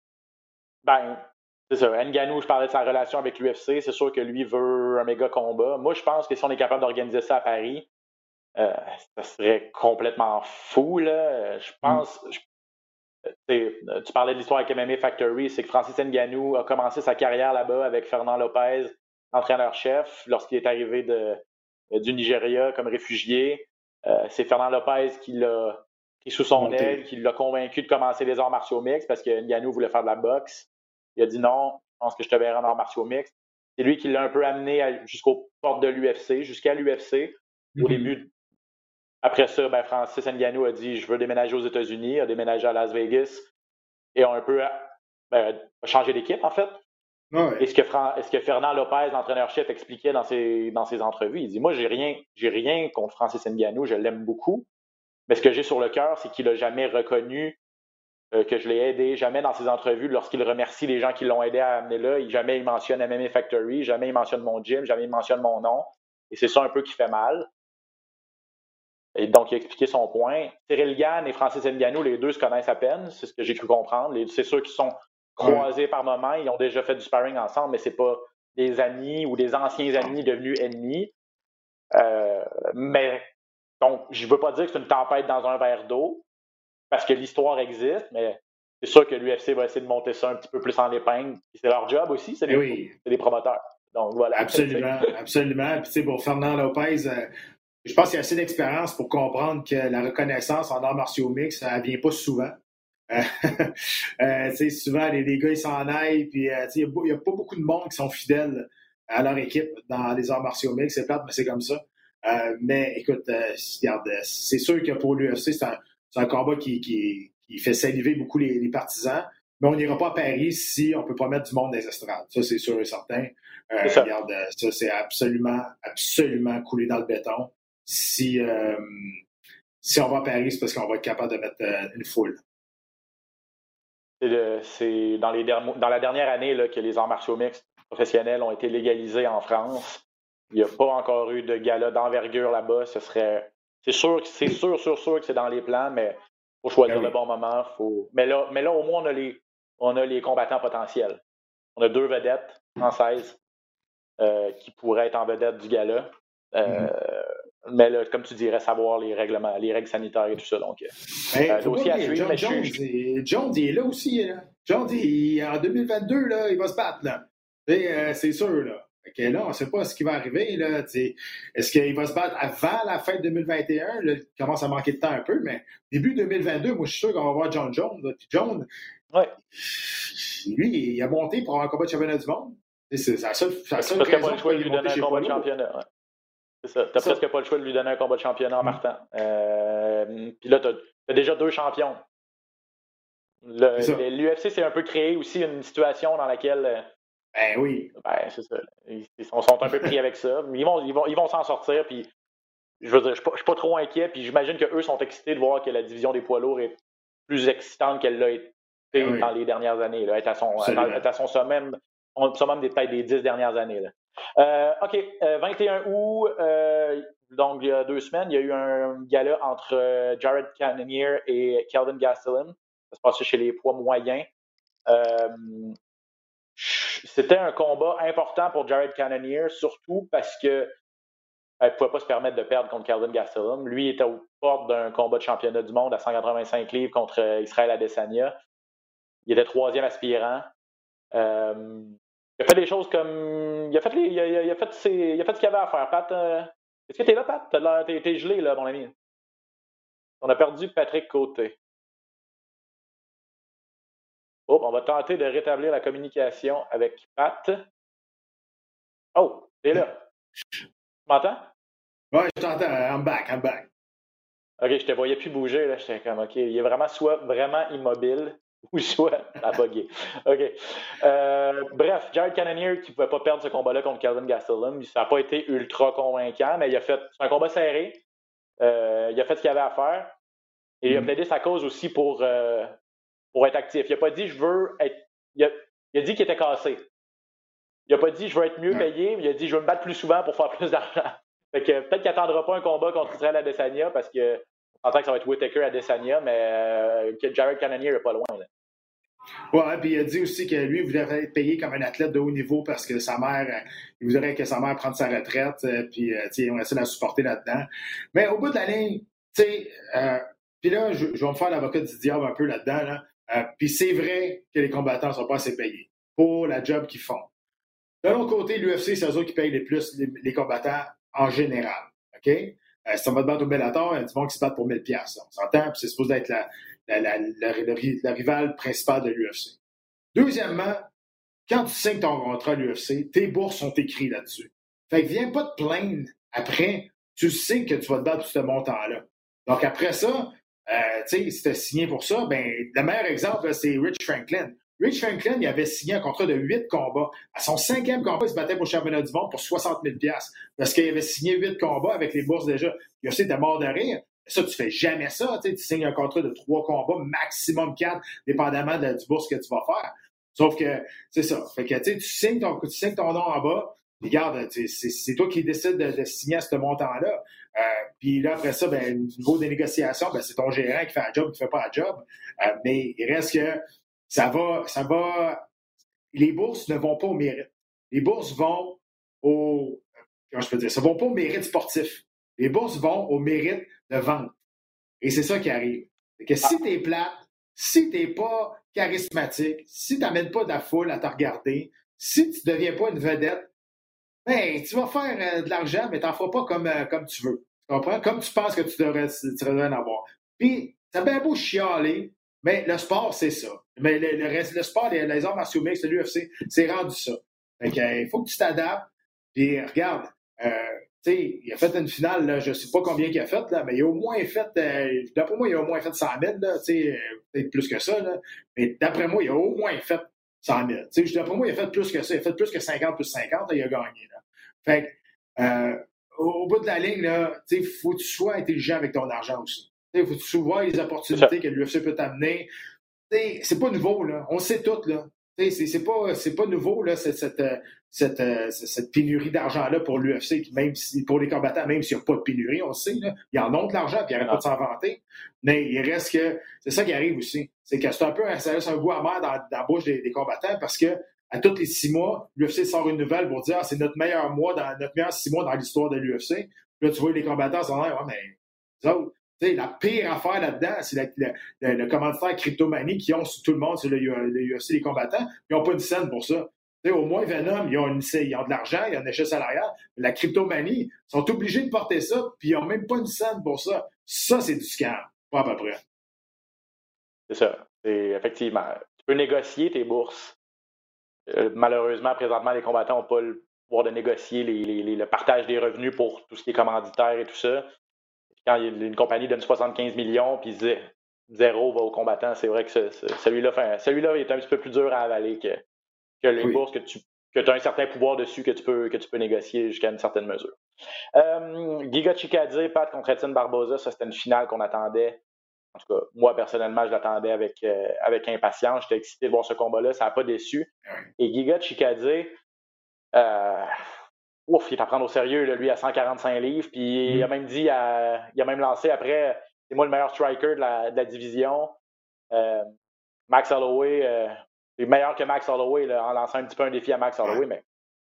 c'est ça. Ngannou, je parlais de sa relation avec l'UFC. C'est sûr que lui veut un méga combat. Moi, je pense que si on est capable d'organiser ça à Paris, ça serait complètement fou, là. Je pense... tu parlais de l'histoire avec MMA Factory, c'est que Francis Ngannou a commencé sa carrière là-bas avec Fernand Lopez, entraîneur-chef, lorsqu'il est arrivé du Nigeria comme réfugié. C'est Fernand Lopez qui l'a pris sous son aile, qui l'a convaincu de commencer les arts martiaux mixtes parce que Ngannou voulait faire de la boxe. Il a dit non, je pense que je te verrai en arts martiaux mixtes. C'est lui qui l'a un peu amené jusqu'aux portes de l'UFC, jusqu'à l'UFC. Au début, après ça, Francis Ngannou a dit je veux déménager aux États-Unis, a déménagé à Las Vegas et a un peu changé d'équipe en fait. Ouais. Et ce que Fernand Lopez, l'entraîneur-chef, expliquait dans ses entrevues, il dit moi j'ai rien contre Francis Ngannou, je l'aime beaucoup, mais ce que j'ai sur le cœur, c'est qu'il n'a jamais reconnu que je l'ai aidé, jamais dans ses entrevues, lorsqu'il remercie les gens qui l'ont aidé à amener là, jamais il mentionne MMA Factory, jamais il mentionne mon gym, jamais il mentionne mon nom, et c'est ça un peu qui fait mal. Et donc, il a expliqué son point. Cyril Gane et Francis Ngannou, les deux se connaissent à peine, c'est ce que j'ai cru comprendre. C'est ceux qui sont croisés par moments, ils ont déjà fait du sparring ensemble, mais c'est pas des amis ou des anciens amis devenus ennemis. Mais donc, je veux pas dire que c'est une tempête dans un verre d'eau, parce que l'histoire existe, mais c'est sûr que l'UFC va essayer de monter ça un petit peu plus en épingle. C'est leur job aussi, c'est des promoteurs. Donc, voilà. Absolument, absolument. Puis, tu sais, pour Fernand Lopez, je pense qu'il y a assez d'expérience pour comprendre que la reconnaissance en arts martiaux mixtes, ça ne vient pas souvent. Souvent, les gars, ils s'en aillent, puis il n'y a pas beaucoup de monde qui sont fidèles à leur équipe dans les arts martiaux mixtes. C'est plate, mais c'est comme ça. Mais écoute, regarde, c'est sûr que pour l'UFC, c'est un combat qui fait saliver beaucoup les partisans, mais on n'ira pas à Paris si on ne peut pas mettre du monde dans les estrades. Ça, c'est sûr et certain. Regarde, ça, c'est absolument, absolument coulé dans le béton. Si on va à Paris, c'est parce qu'on va être capable de mettre une foule. C'est dans la dernière année là, que les arts martiaux mixtes professionnels ont été légalisés en France. Il n'y a pas encore eu de gala d'envergure là-bas. C'est sûr que c'est dans les plans, mais il faut choisir le bon moment. Mais là, au moins, on a les combattants potentiels. On a 2 vedettes françaises qui pourraient être en vedette du gala. Mais là, comme tu dirais, savoir les règlements, les règles sanitaires et tout ça. Donc, dossier à suivre. Jones, il est là aussi. Là. Jones, en 2022, là, il va se battre. Là. C'est sûr. Là. Fait que là, on ne sait pas ce qui va arriver. Là, est-ce qu'il va se battre avant la fin de 2021? Là, il commence à manquer de temps un peu, mais début 2022, moi, je suis sûr qu'on va voir John Jones. Là. Puis John, lui, il a monté pour avoir un combat de championnat du monde. C'est la seule raison qu'il n'y a pas le choix de lui donner un combat de championnat. Ouais. C'est ça. Tu n'as presque pas le choix de lui donner un combat de championnat en partant. Puis là, tu as déjà 2 champions. L'UFC s'est un peu créé aussi une situation dans laquelle... Ben oui. Ben, c'est ça. Ils sont un peu pris avec ça. Mais ils vont s'en sortir. Puis, je veux dire, je suis pas trop inquiet. Puis j'imagine qu'eux sont excités de voir que la division des poids lourds est plus excitante qu'elle l'a été dans les dernières années. Là, être à son sommet, peut-être des 10 dernières années. Là. OK. 21 août, donc il y a 2 semaines, il y a eu un gala entre Jared Cannonier et Kelvin Gastelum. Ça se passait chez les poids moyens. C'était un combat important pour Jared Cannonier, surtout parce que il ne pouvait pas se permettre de perdre contre Kelvin Gastelum. Lui était aux portes d'un combat de championnat du monde à 185 livres contre Israël Adesanya. Il était 3e aspirant. Il a fait des choses comme... Il a fait ce qu'il y avait à faire. Pat, est-ce que tu es là, Pat? T'es gelé, là, mon ami. On a perdu Patrick Côté. Oh, on va tenter de rétablir la communication avec Pat. Oh, t'es là. Tu m'entends? Oui, je t'entends. I'm back. OK, je te voyais plus bouger. Là. J'étais comme, OK, il est vraiment soit vraiment immobile ou soit à bugger. OK. Bref, Jared Cannonier qui ne pouvait pas perdre ce combat-là contre Kelvin Gastelum. Ça n'a pas été ultra convaincant, mais c'est un combat serré. Il a fait ce qu'il avait à faire. Et il a plaidé sa cause aussi pour être actif. Il n'a pas dit je veux être. Il a dit qu'il était cassé. Il n'a pas dit je veux être mieux payé, mais il a dit je veux me battre plus souvent pour faire plus d'argent. Fait que peut-être qu'il n'attendra pas un combat contre Israël Adesanya parce que on entend que ça va être Whittaker Adesanya, mais Jared Cannonier n'est pas loin. Là. Ouais, puis il a dit aussi que lui, il voudrait être payé comme un athlète de haut niveau parce que sa mère, il voudrait que sa mère prenne sa retraite, puis on essaie de la supporter là-dedans. Mais au bout de la ligne, puis là, je vais me faire l'avocat du diable un peu là-dedans, là. Puis c'est vrai que les combattants ne sont pas assez payés pour la job qu'ils font. De l'autre côté, l'UFC, c'est eux autres qui payent les plus les combattants en général. OK? Si on va te battre au Bellator, il y a du monde qui se battent pour 1000$. On s'entend, puis c'est supposé être la rivale principale de l'UFC. Deuxièmement, quand tu signes ton contrat à l'UFC, tes bourses sont écrites là-dessus. Fait que viens pas te plaindre après. Tu sais que tu vas te battre pour ce montant-là. Donc après ça, si tu as signé pour ça, ben le meilleur exemple, là, c'est Rich Franklin. Rich Franklin, il avait signé un contrat de 8 combats. À son 5e combat, il se battait pour le championnat du monde pour 60 000$. Parce qu'il avait signé 8 combats avec les bourses déjà. Il a était mort de rire. Ça, tu fais jamais ça. Tu signes un contrat de 3 combats, maximum 4, dépendamment du bourse que tu vas faire. Sauf que, c'est ça. Fait que tu signes ton nom en bas. Regarde, c'est toi qui décides de signer à ce montant-là. Puis là, après ça, ben, au niveau des négociations, ben, c'est ton gérant qui fait la job, qui ne fait pas la job. Mais il reste que ça va. Les bourses ne vont pas au mérite. Les bourses vont ça vont pas au mérite sportif. Les bourses vont au mérite de vente. Et c'est ça qui arrive. C'est que si t'es plate, si t'es pas charismatique, si t'amènes pas de la foule à te regarder, si tu deviens pas une vedette, ben, tu vas faire de l'argent, mais t'en feras pas comme tu veux. Tu comprends? Comme tu penses que tu devrais en avoir. Puis, ça bien beau chialer, mais le sport, c'est ça. Mais le sport, les arts martiaux mixtes, l'UFC, c'est rendu ça. Fait que, il faut que tu t'adaptes. Puis, regarde, il a fait une finale, là, je ne sais pas combien il a fait, là, mais il a au moins fait, d'après moi, il a au moins fait 100 000, là, peut-être plus que ça, là, mais d'après moi, il a au moins fait 100 000. D'après moi, il a fait plus que ça, il a fait plus que 50 plus 50, là, il a gagné. Là. Fait que, au bout de la ligne, il faut que tu sois intelligent avec ton argent aussi. Il faut que tu vois les opportunités que l'UFC peut t'amener. C'est pas nouveau, là. On sait tout, là. C'est pas nouveau, là, cette pénurie d'argent-là pour l'UFC, même si, pour les combattants, même s'il n'y a pas de pénurie, on le sait, là. Ils en ont de l'argent, puis ils n'arrêtent pas de s'en vanter. Mais il reste que, c'est ça qui arrive aussi. C'est que c'est un peu, ça laisse un goût amer dans la bouche des combattants, parce que, à tous les 6 mois, l'UFC sort une nouvelle pour dire, c'est notre meilleur 6 mois dans l'histoire de l'UFC. Là, tu vois, les combattants sont là, ouais, mais, les autres, la pire affaire là-dedans, c'est le commanditaire Cryptomanie qui ont sur tout le monde, c'est le UFC, les combattants. Ils n'ont pas une scène pour ça. Au moins, Venom, ils ont de l'argent, ils ont une échelle salariale. La cryptomanie, ils sont obligés de porter ça, puis ils n'ont même pas une scène pour ça. Ça, c'est du scam, pas à peu près. C'est ça. Effectivement. Tu peux négocier tes bourses. Malheureusement, présentement, les combattants n'ont pas le pouvoir de négocier le partage des revenus pour tout ce qui est commanditaire et tout ça. Quand une compagnie donne 75 millions, puis 0 va aux combattants, c'est vrai que celui-là est un petit peu plus dur à avaler que les bourses que tu as un certain pouvoir dessus que tu peux négocier jusqu'à une certaine mesure. Giga Chikadze, Pat contre Edson Barboza, ça c'était une finale qu'on attendait. En tout cas, moi personnellement, je l'attendais avec impatience. J'étais excité de voir ce combat-là, ça n'a pas déçu. Et Giga Chikadze, il est à prendre au sérieux, là, lui, à 145 livres. Puis il a même il a même lancé après, c'est moi le meilleur striker de la division. Max Holloway, c'est meilleur que Max Holloway là, en lançant un petit peu un défi à Max Holloway, mais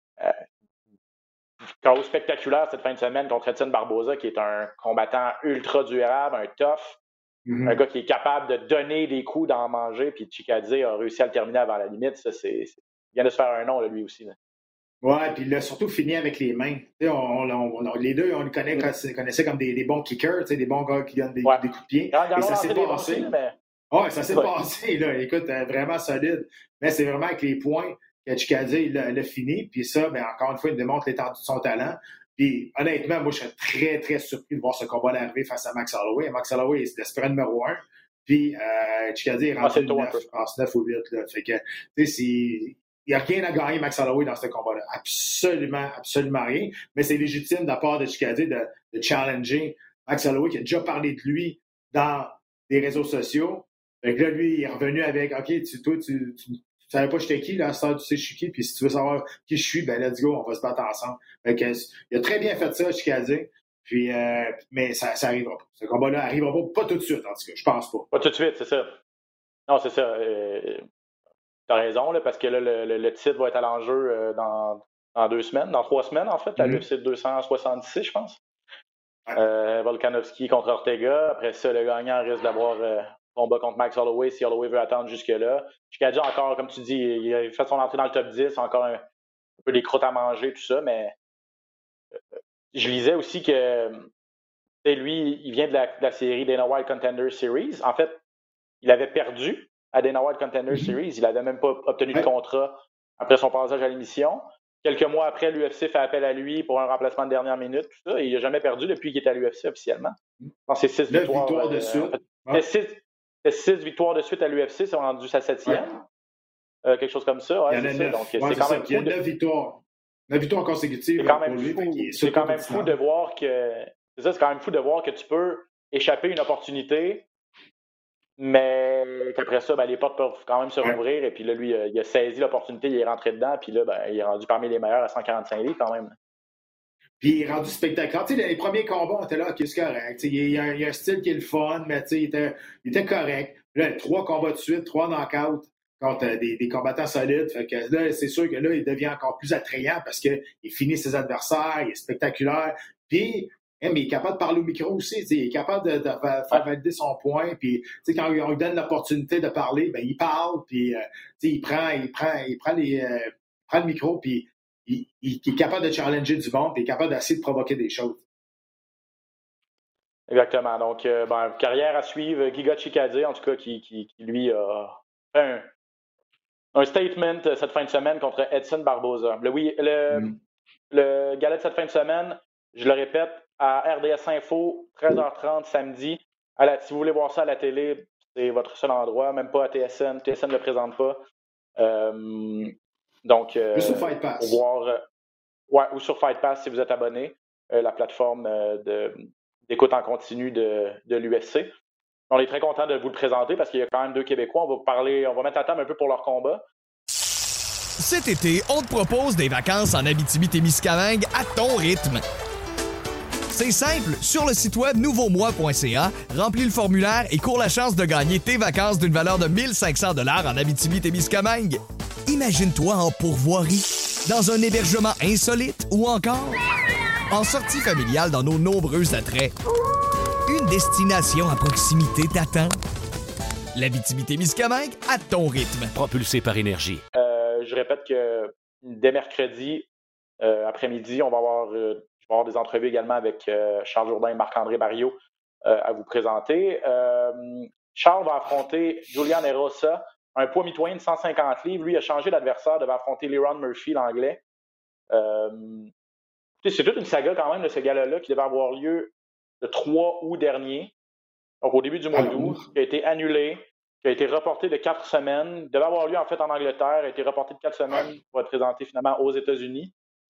chaos spectaculaire cette fin de semaine contre Edson Barboza, qui est un combattant ultra durable, un tough, un gars qui est capable de donner des coups, d'en manger, puis Chikadze a réussi à le terminer avant la limite. Ça, il vient de se faire un nom, là, lui aussi. Là. Ouais, puis il a surtout fini avec les mains. Les deux, on le connaissait comme des bons kickers, des bons gars qui donnent des coups de pied. Et ça s'est passé. Oui, ça s'est passé, là. Écoute, vraiment solide. Mais c'est vraiment avec les points que Chikadze, il a fini. Puis ça, encore une fois, il démontre l'étendue de son talent. Puis honnêtement, moi, je serais très, très surpris de voir ce combat arriver face à Max Holloway. Max Holloway, c'est l'aspirant numéro 1. Puis Chikadze est rentré 9 ou 8. Là. Fait que, tu sais, il n'y a rien à gagner, Max Holloway, dans ce combat-là. Absolument, absolument rien. Mais c'est légitime de la part de Chikadze de challenger Max Holloway, qui a déjà parlé de lui dans les réseaux sociaux. Fait que là, lui, il est revenu avec « OK, tu savais pas j'étais qui, là, ça, tu sais je suis qui, puis si tu veux savoir qui je suis, let's go, on va se battre ensemble. » Fait que, il a très bien fait ça, Chikadze. Puis, mais ça arrivera pas. Ce combat-là arrivera pas tout de suite, en tout cas, je pense pas. Pas tout de suite, c'est ça. Non, c'est ça. T'as raison, là, parce que là, le titre va être à l'enjeu dans 2 semaines, dans 3 semaines, en fait, à l'UFC 266, je pense. Volkanovski contre Ortega. Après ça, le gagnant risque d'avoir combat contre Max Holloway si Holloway veut attendre jusque-là. Chikadze, encore, comme tu dis, il a fait son entrée dans le top 10, encore un peu des croûtes à manger, tout ça, mais je lisais aussi que lui, il vient de la série Dana White Contender Series. En fait, il avait perdu à Dana White Contender Series. Il n'avait même pas obtenu de contrat après son passage à l'émission. Quelques mois après, l'UFC fait appel à lui pour un remplacement de dernière minute, tout ça, et il n'a jamais perdu depuis qu'il est à l'UFC officiellement. Je pense que c'est 6 victoires de suite. C'est 6 victoires de suite à l'UFC, c'est rendu sa 7e. Quelque chose comme ça. Ouais, il y en a 9. Donc, c'est quand même fou. Il y a 9 victoires. 9 victoires consécutives. C'est quand même fou de voir que. C'est ça, c'est quand même fou de voir que tu peux échapper une opportunité, mais qu'après ça, les portes peuvent quand même se rouvrir. Et puis là, lui, il a saisi l'opportunité, il est rentré dedans, puis là, il est rendu parmi les meilleurs à 145 livres quand même. Puis il est rendu spectaculaire. Tu sais, les premiers combats, on était là, OK, c'est correct. Il y a un style qui est le fun, mais il était correct. Là, 3 combats de suite, 3 knockouts contre des combattants solides. Fait que là, c'est sûr que là, il devient encore plus attrayant parce qu'il finit ses adversaires, il est spectaculaire. Puis, mais il est capable de parler au micro aussi. Il est capable de faire valider son point. Puis, quand on lui donne l'opportunité de parler, il parle. Puis, il prend le micro. Puis, il est capable de challenger du monde. Puis, il est capable d'essayer de provoquer des choses. Exactement. Donc, carrière à suivre. Giga Chikadze, en tout cas, qui lui a fait un statement cette fin de semaine contre Edson Barboza. Le gala de cette fin de semaine, je le répète, à RDS Info, 13h30 samedi. Si vous voulez voir ça à la télé, c'est votre seul endroit, même pas à TSN. TSN ne le présente pas. Donc, ou sur Fight Pass. Ou sur Fight Pass si vous êtes abonné, la plateforme d'écoute en continu de l'UFC. On est très content de vous le présenter parce qu'il y a quand même 2 Québécois. On va mettre la table un peu pour leur combat. Cet été, on te propose des vacances en Abitibi-Témiscamingue à ton rythme. C'est simple, sur le site web nouveaumois.ca, remplis le formulaire et cours la chance de gagner tes vacances d'une valeur de 1 500 $ en Abitibi-Témiscamingue. Imagine-toi en pourvoirie, dans un hébergement insolite ou encore en sortie familiale dans nos nombreux attraits. Une destination à proximité t'attend. L'Abitibi-Témiscamingue à ton rythme. Propulsé par énergie. Je répète que dès mercredi après-midi, je vais avoir des entrevues également avec Charles Jourdain et Marc-André Barriot à vous présenter. Charles va affronter Julian Erosa, un poids mitoyen de 150 livres. Lui, il a changé d'adversaire, devait affronter Leron Murphy, l'anglais. C'est toute une saga quand même de ce gala-là qui devait avoir lieu le 3 août dernier, donc au début du mois d'août, qui a été annulé, qui a été reporté de 4 semaines. Il devait avoir lieu en fait en Angleterre, a été reporté de 4 semaines pour être présenté finalement aux États-Unis.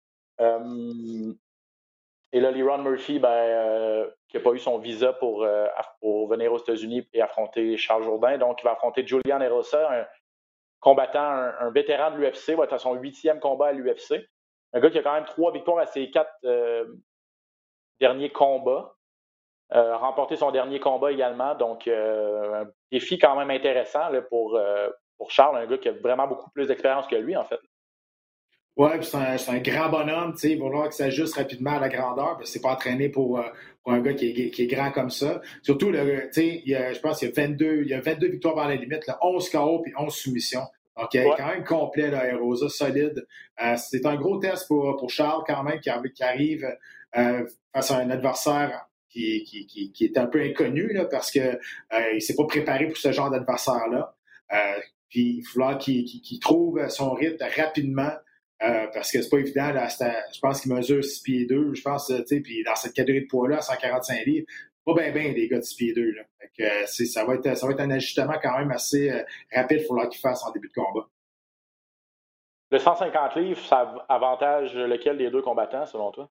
Et là, Leron Murphy, qui n'a pas eu son visa pour venir aux États-Unis et affronter Charles Jourdain. Donc, il va affronter Julian Erosa, un combattant, un vétéran de l'UFC, va être à son 8e combat à l'UFC. Un gars qui a quand même 3 victoires à ses 4 derniers combats. Remporté son dernier combat également. Donc, un défi quand même intéressant là, pour Charles, un gars qui a vraiment beaucoup plus d'expérience que lui, en fait. Oui, puis c'est un grand bonhomme, tu sais, il va falloir qu'il s'ajuste rapidement à la grandeur, parce que c'est pas entraîné pour un gars qui est grand comme ça. Surtout, tu sais, je pense qu'il y a 22 victoires vers la limite, là, 11 KO puis 11 soumissions. Donc, il est quand même complet, là, Erosa, solide. C'est un gros test pour Charles, quand même, qui arrive face à un adversaire qui est un peu inconnu, là, parce que il s'est pas préparé pour ce genre d'adversaire-là. Puis, il va falloir qu'il trouve son rythme rapidement. Parce que c'est pas évident, là, je pense qu'il mesure 6 pieds 2, je pense, tu sais, puis dans cette catégorie de poids-là, 145 livres, pas bien des gars de 6 pieds 2, là. Fait que, ça va être un ajustement quand même assez rapide, il faut qu'il fasse en début de combat. Le 150 livres, ça avantage lequel des deux combattants, selon toi?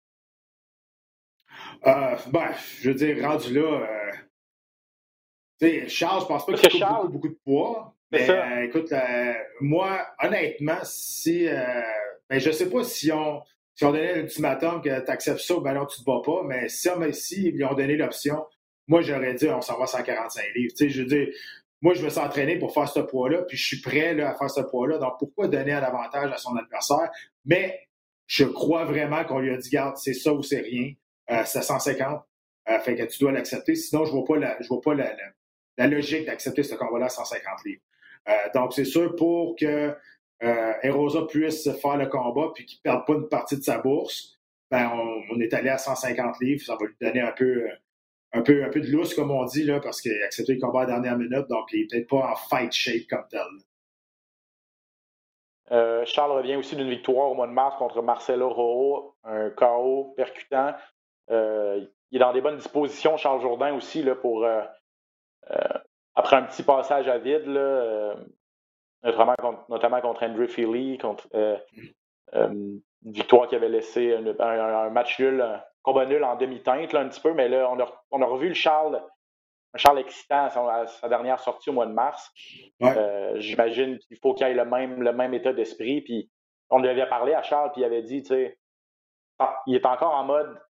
Je veux dire, rendu là, tu sais, Charles, je pense pas qu'il a beaucoup de poids. Mais écoute, moi, honnêtement, je sais pas si on donnait l'ultimatum que tu acceptes ça, ben non, tu te bats pas, mais si ils lui ont donné l'option, moi, j'aurais dit, on s'en va à 145 livres. Tu sais, je veux dire, moi, je veux s'entraîner pour faire ce poids-là, puis je suis prêt là, à faire ce poids-là. Donc, pourquoi donner un avantage à son adversaire? Mais je crois vraiment qu'on lui a dit, garde, c'est ça ou c'est rien. C'est 150. Fait que tu dois l'accepter. Sinon, je vois pas la logique d'accepter ce combat-là à 150 livres. Donc, c'est sûr, pour que Erosa puisse faire le combat puis qu'il ne perde pas une partie de sa bourse, on est allé à 150 livres. Ça va lui donner un peu de lousse, comme on dit, là, parce qu'il a accepté le combat à la dernière minute, donc il n'est peut-être pas en fight shape comme tel. Charles revient aussi d'une victoire au mois de mars contre Marcelo Rojo, un KO percutant. Il est dans des bonnes dispositions, Charles Jourdain aussi, là, pour... après un petit passage à vide, là, notamment contre Andrew Feely, contre une victoire qui avait laissé un match nul, un combat nul en demi-teinte, là, un petit peu, mais là, on a revu un Charles excitant à sa dernière sortie au mois de mars. Ouais. J'imagine qu'il faut qu'il ait le même état d'esprit. Puis on lui avait parlé à Charles, puis il avait dit, tu sais, il est encore en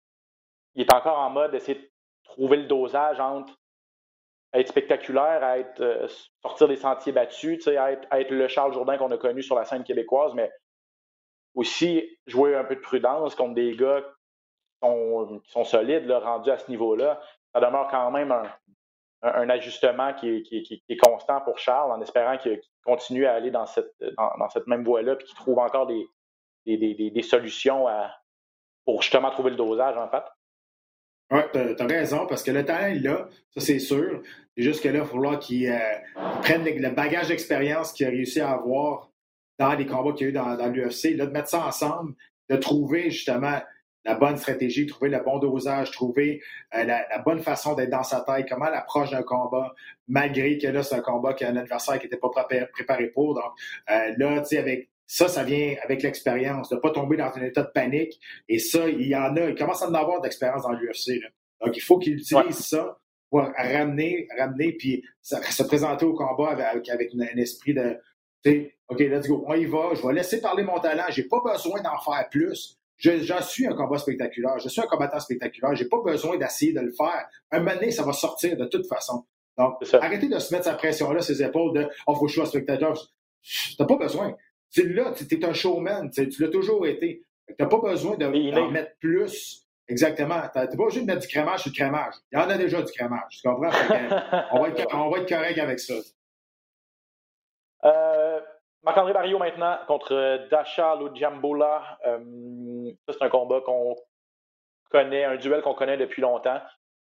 mode d'essayer de trouver le dosage entre être spectaculaire, à être sortir des sentiers battus, tu sais, à être le Charles Jourdain qu'on a connu sur la scène québécoise, mais aussi jouer un peu de prudence contre des gars qui sont solides, là, rendus à ce niveau-là. Ça demeure quand même un ajustement qui est constant pour Charles, en espérant qu'il continue à aller dans cette même voie-là, puis qu'il trouve encore des solutions pour justement trouver le dosage, en fait. Oui, t'as raison, parce que le talent est là, ça c'est sûr. C'est juste que là, il va falloir qu'il prenne le bagage d'expérience qu'il a réussi à avoir dans les combats qu'il y a eu dans l'UFC, là, de mettre ça ensemble, de trouver justement la bonne stratégie, trouver le bon dosage, trouver la bonne façon d'être dans sa tête, comment l'approche d'un combat, malgré que là, c'est un combat qui a un adversaire qui n'était pas préparé pour. Donc là, tu sais, avec ça vient avec l'expérience, de ne pas tomber dans un état de panique. Et ça, il commence à en avoir d'expérience dans l'UFC. Là. Donc, il faut qu'il utilise ça pour ramener, puis se présenter au combat avec un esprit de, tu sais, OK, let's go, on y va, je vais laisser parler mon talent, j'ai pas besoin d'en faire plus. Je suis un combat spectaculaire, je suis un combattant spectaculaire, j'ai pas besoin d'essayer de le faire. Un moment donné, ça va sortir de toute façon. Donc, arrêtez de se mettre cette pression-là, ses épaules de « Oh, faut que je sois spectateur ». T'as pas besoin. Tu es un showman, tu l'as toujours été. Tu n'as pas besoin d'en mettre plus. Exactement. Tu n'as pas besoin de mettre du crémage sur le crémage. Il y en a déjà du crémage. Tu comprends? On va être correct avec ça. Marc-André Barriault maintenant contre Dasha Lojambula. Ça, c'est un combat qu'on connaît, un duel qu'on connaît depuis longtemps.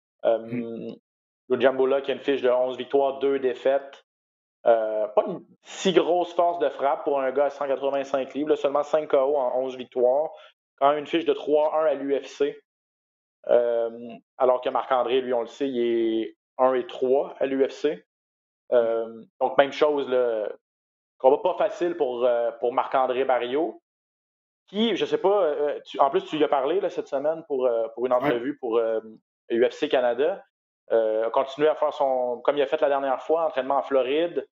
Lojambula qui a une fiche de 11 victoires, 2 défaites. Pas une si grosse force de frappe pour un gars à 185 livres, là, seulement 5 KO en 11 victoires. Quand même une fiche de 3-1 à l'UFC. Alors que Marc-André, lui, on le sait, il est 1-3 à l'UFC. Donc, même chose, là, combat pas facile pour Marc-André Barriault, qui, je sais pas, en plus, tu y as parlé là, cette semaine pour une entrevue pour UFC Canada. A continué à faire comme il a fait la dernière fois, entraînement en Floride.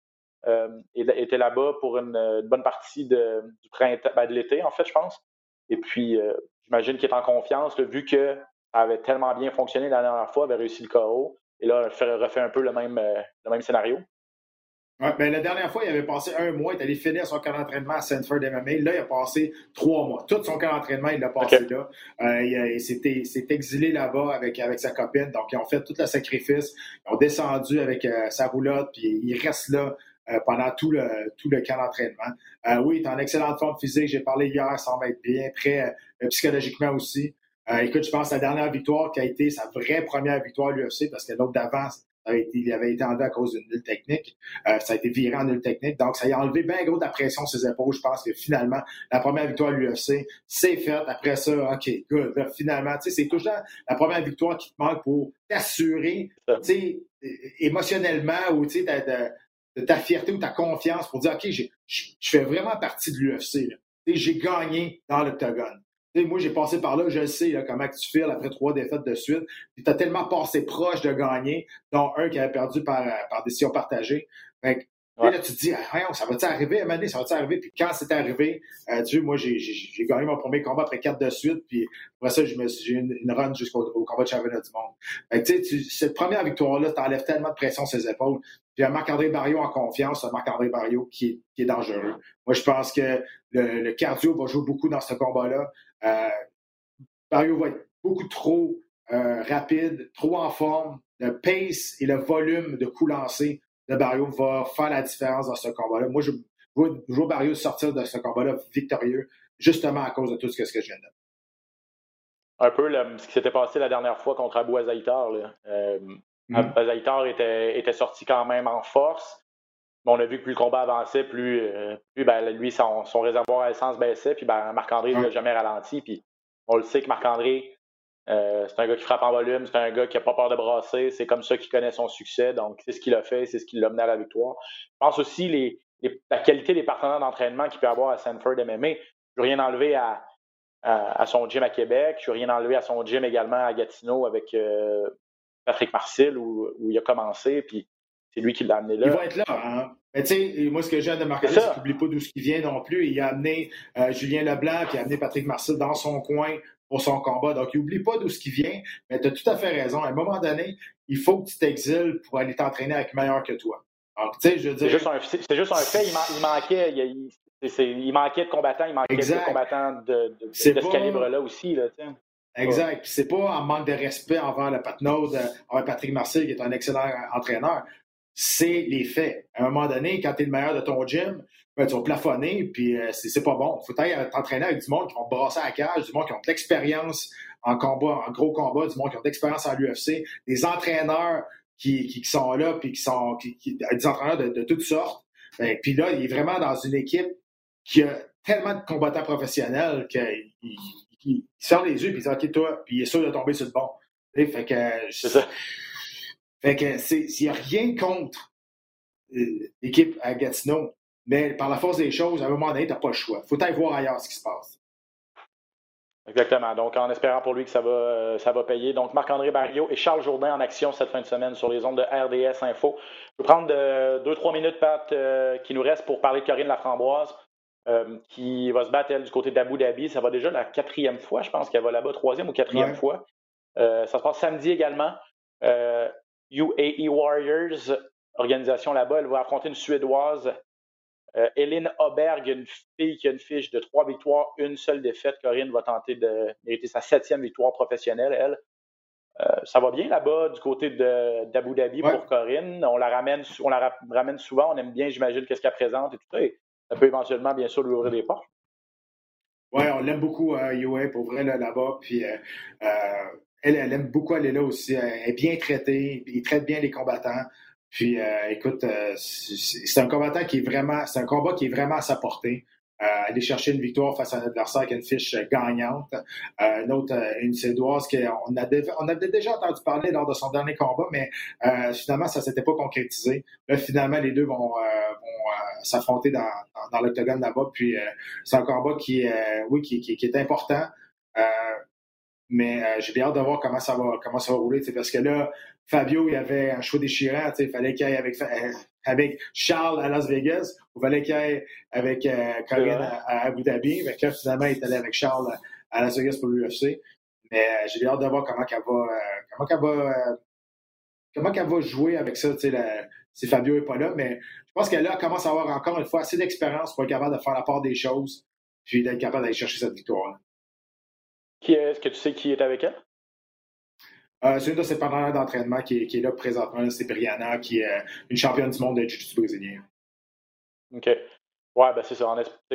Était là-bas pour une bonne partie du printemps, de l'été, en fait, je pense. Et puis, j'imagine qu'il est en confiance, là, vu que ça avait tellement bien fonctionné la dernière fois, avait réussi le KO. Et là, il refait un peu le même scénario. Ouais, ben, la dernière fois, il avait passé 1 mois, il est allé finir son camp d'entraînement à Sanford MMA. Là, il a passé 3 mois. Tout son camp d'entraînement, il l'a passé là. Il s'est exilé là-bas avec sa copine. Donc, ils ont fait tout le sacrifice. Ils ont descendu avec sa roulotte, puis il reste là pendant tout le camp d'entraînement. Oui, il est en excellente forme physique. J'ai parlé hier, ça va être bien, prêt psychologiquement aussi. Écoute, je pense que la dernière victoire qui a été sa vraie première victoire à l'UFC, parce que l'autre d'avant, il avait été enlevé à cause d'une nulle technique. Ça a été viré en nulle technique. Donc, ça a enlevé bien gros de la pression sur ses épaules. Je pense que finalement, la première victoire à l'UFC, c'est fait. Après ça, OK, good. Là, finalement, tu sais, c'est toujours la première victoire qui te manque pour t'assurer, tu sais, émotionnellement ou, tu sais, de ta fierté ou ta confiance pour dire, OK, je fais vraiment partie de l'UFC. J'ai gagné dans l'octogone. Moi, j'ai passé par là, je sais là, comment tu files après 3 défaites de suite. Tu as tellement passé proche de gagner, dont un qui avait perdu par décision partagée. Fait que, là, tu te dis, ça va-tu arriver à un moment donné? Ça va-tu arriver? Puis quand c'est arrivé, moi, j'ai gagné mon premier combat après 4 de suite. Puis après ça, j'ai une run jusqu'au combat de championnat du monde. Fait que, cette première victoire-là, t'enlèves tellement de pression sur ses épaules. Puis un Marc-André Barriault en confiance, un Marc-André Barriault qui est dangereux. Moi, je pense que le cardio va jouer beaucoup dans ce combat-là. Barriault va être beaucoup trop rapide, trop en forme. Le pace et le volume de coups lancés de Barriault va faire la différence dans ce combat-là. Moi, je vois Barriault sortir de ce combat-là victorieux, justement à cause de tout ce que je viens de dire. Un peu ce qui s'était passé la dernière fois contre Abou Azaïtar. Abou Azaïtar était sorti quand même en force. Mais on a vu que plus le combat avançait, plus lui, son réservoir à essence baissait. Puis Marc-André ne l'a jamais ralenti. Puis on le sait que Marc-André, c'est un gars qui frappe en volume, c'est un gars qui n'a pas peur de brasser. C'est comme ça qu'il connaît son succès. Donc, c'est ce qu'il a fait, c'est ce qui l'a mené à la victoire. Je pense aussi la qualité des partenaires d'entraînement qu'il peut avoir à Sanford MMA. Je ne veux rien enlever à son gym à Québec. Je ne veux rien enlever à son gym également à Gatineau avec Patrick Marcil, où il a commencé. Puis c'est lui qui l'a amené là. Il va être là, hein? Mais tu sais, moi, ce que j'aime de Marc-André, c'est qu'il n'oublie pas d'où il vient non plus. Il a amené Julien Leblanc, puis il a amené Patrick Marcil dans son coin pour son combat. Donc, il n'oublie pas d'où il vient. Mais tu as tout à fait raison. À un moment donné, il faut que tu t'exiles pour aller t'entraîner avec meilleur que toi. Donc, tu sais, je veux dire... C'est juste un fait. Il manquait de combattants. Il manquait de combattants de ce calibre-là aussi. Là, exact. Puis c'est pas en manque de respect envers le patnaud, envers Patrick Marcil, qui est un excellent entraîneur. C'est les faits. À un moment donné, quand tu es le meilleur de ton gym, tu vas plafonner, puis c'est pas bon. Il faut t'entraîner avec du monde qui vont te brasser à la cage, du monde qui ont de l'expérience en combat, en gros combat, du monde qui ont de l'expérience en l'UFC, des entraîneurs qui sont là, puis des entraîneurs de toutes sortes. Puis là, il est vraiment dans une équipe qui a tellement de combattants professionnels qu'il sort les yeux, puis il dit « OK, toi », puis il est sûr de tomber sur le bon. Fait que... C'est ça. Fait que s'il n'y a rien contre l'équipe à Gatineau, mais par la force des choses, à un moment donné, tu n'as pas le choix. Il faut aller voir ailleurs ce qui se passe. Exactement. Donc, en espérant pour lui que ça va payer. Donc, Marc-André Barriault et Charles Jourdain en action cette fin de semaine sur les ondes de RDS Info. Je vais prendre 2-3 minutes, Pat, qui nous reste pour parler de Corinne Laframboise, qui va se battre, elle, du côté d'Abu Dhabi. Ça va déjà la 4e fois, je pense qu'elle va là-bas, 3e ou 4e fois. Ça se passe samedi également. UAE Warriors, organisation là-bas, elle va affronter une Suédoise, Eline Auberg, une fille qui a une fiche de 3 victoires, une seule défaite. Corinne va tenter de mériter sa 7e victoire professionnelle, elle. Ça va bien là-bas du côté d'Abu Dhabi pour Corinne. On la ramène souvent, on aime bien, j'imagine, qu'est-ce qu'elle présente et tout ça. Et ça peut éventuellement, bien sûr, lui ouvrir des portes. Oui, on l'aime beaucoup, UA, pour vrai, là-bas. Puis elle aime beaucoup aller là aussi. Elle est bien traitée. Il traite bien les combattants. Puis, écoute, c'est un combattant qui est vraiment... C'est un combat qui est vraiment à sa portée. Aller chercher une victoire face à un adversaire qui a une fiche gagnante. Une Suédoise qu'on avait déjà entendu parler lors de son dernier combat, mais finalement, ça ne s'était pas concrétisé. Là, finalement, les deux vont s'affronter dans l'octogone là-bas. Puis, c'est un combat qui est important. Mais j'ai hâte de voir comment ça va rouler. Parce que là, Fabio, il avait un choix déchirant. Il fallait qu'il aille avec Charles à Las Vegas, il fallait qu'il aille avec Corinne à Abu Dhabi. Mais là, finalement, il est allé avec Charles à Las Vegas pour l'UFC. Mais j'ai hâte de voir comment qu'elle va jouer avec ça. Si Fabio n'est pas là. Mais je pense qu'elle commence à avoir encore une fois assez d'expérience pour être capable de faire la part des choses puis d'être capable d'aller chercher cette victoire-là. Est-ce que tu sais qui est avec elle? C'est une de ses partenaires d'entraînement qui est là présentement. Là, c'est Brianna, qui est une championne du monde de jiu-jitsu brésilien. OK. Ouais, ben c'est ça.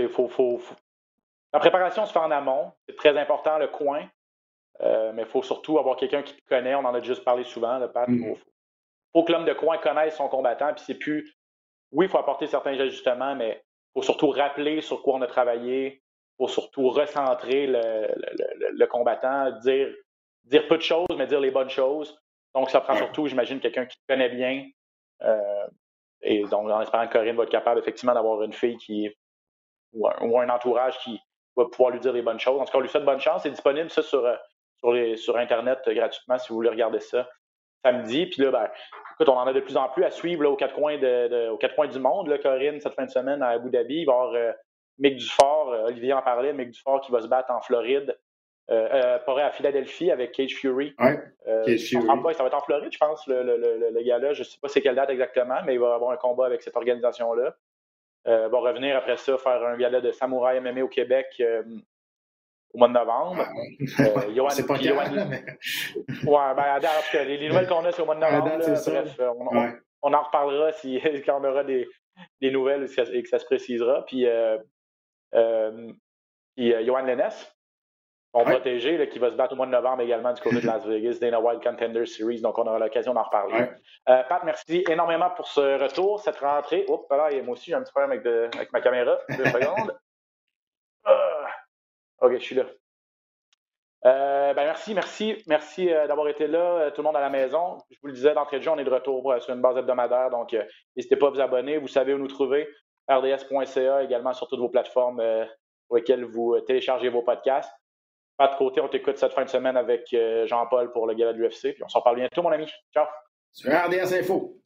La préparation se fait en amont. C'est très important, le coin. Mais il faut surtout avoir quelqu'un qui te connaît. On en a juste parlé souvent, le Pat. Faut que l'homme de coin connaisse son combattant. Puis c'est plus... Oui, il faut apporter certains ajustements, mais il faut surtout rappeler sur quoi on a travaillé. Il faut surtout recentrer le combattant, dire peu de choses, mais dire les bonnes choses. Donc, ça prend surtout, j'imagine, quelqu'un qui te connaît bien. Et donc, en espérant que Corinne va être capable, effectivement, d'avoir une fille ou un entourage qui va pouvoir lui dire les bonnes choses. En tout cas, on lui souhaite bonne chance. C'est disponible, ça, sur Internet gratuitement, si vous voulez regarder ça samedi. Puis là, écoute, on en a de plus en plus à suivre là, aux quatre coins du monde. Là, Corinne, cette fin de semaine à Abu Dhabi, il va y avoir Mick Dufort, Olivier en parlait, Mick Dufort qui va se battre en Floride, à Philadelphie avec Cage Fury. Ouais, Cage Fury. Ça va être en Floride, je pense, le gars-là. Je ne sais pas c'est quelle date exactement, mais il va avoir un combat avec cette organisation-là. Va revenir après ça, faire un gala de Samouraï MMA au Québec au mois de novembre. C'est pas clair, mais... Ouais, les nouvelles qu'on a, c'est au mois de novembre. Bref, on en reparlera quand on aura des nouvelles et que ça se précisera. Puis Johan Lennes, son protégé, là, qui va se battre au mois de novembre également du côté de Las Vegas, Dana White Contender Series. Donc, on aura l'occasion d'en reparler. Ouais. Pat, merci énormément pour ce retour, cette rentrée. Oups, là, moi aussi, j'ai un petit problème avec ma caméra. 2 secondes. OK, je suis là. Merci d'avoir été là, tout le monde à la maison. Je vous le disais, d'entrée de jeu, on est de retour sur une base hebdomadaire, donc n'hésitez pas à vous abonner. Vous savez où nous trouver, rds.ca, également sur toutes vos plateformes pour lesquelles vous téléchargez vos podcasts. Pas de côté, on t'écoute cette fin de semaine avec Jean-Paul pour le gala de l'UFC, puis on s'en parle bientôt, mon ami. Ciao! Sur RDS Info.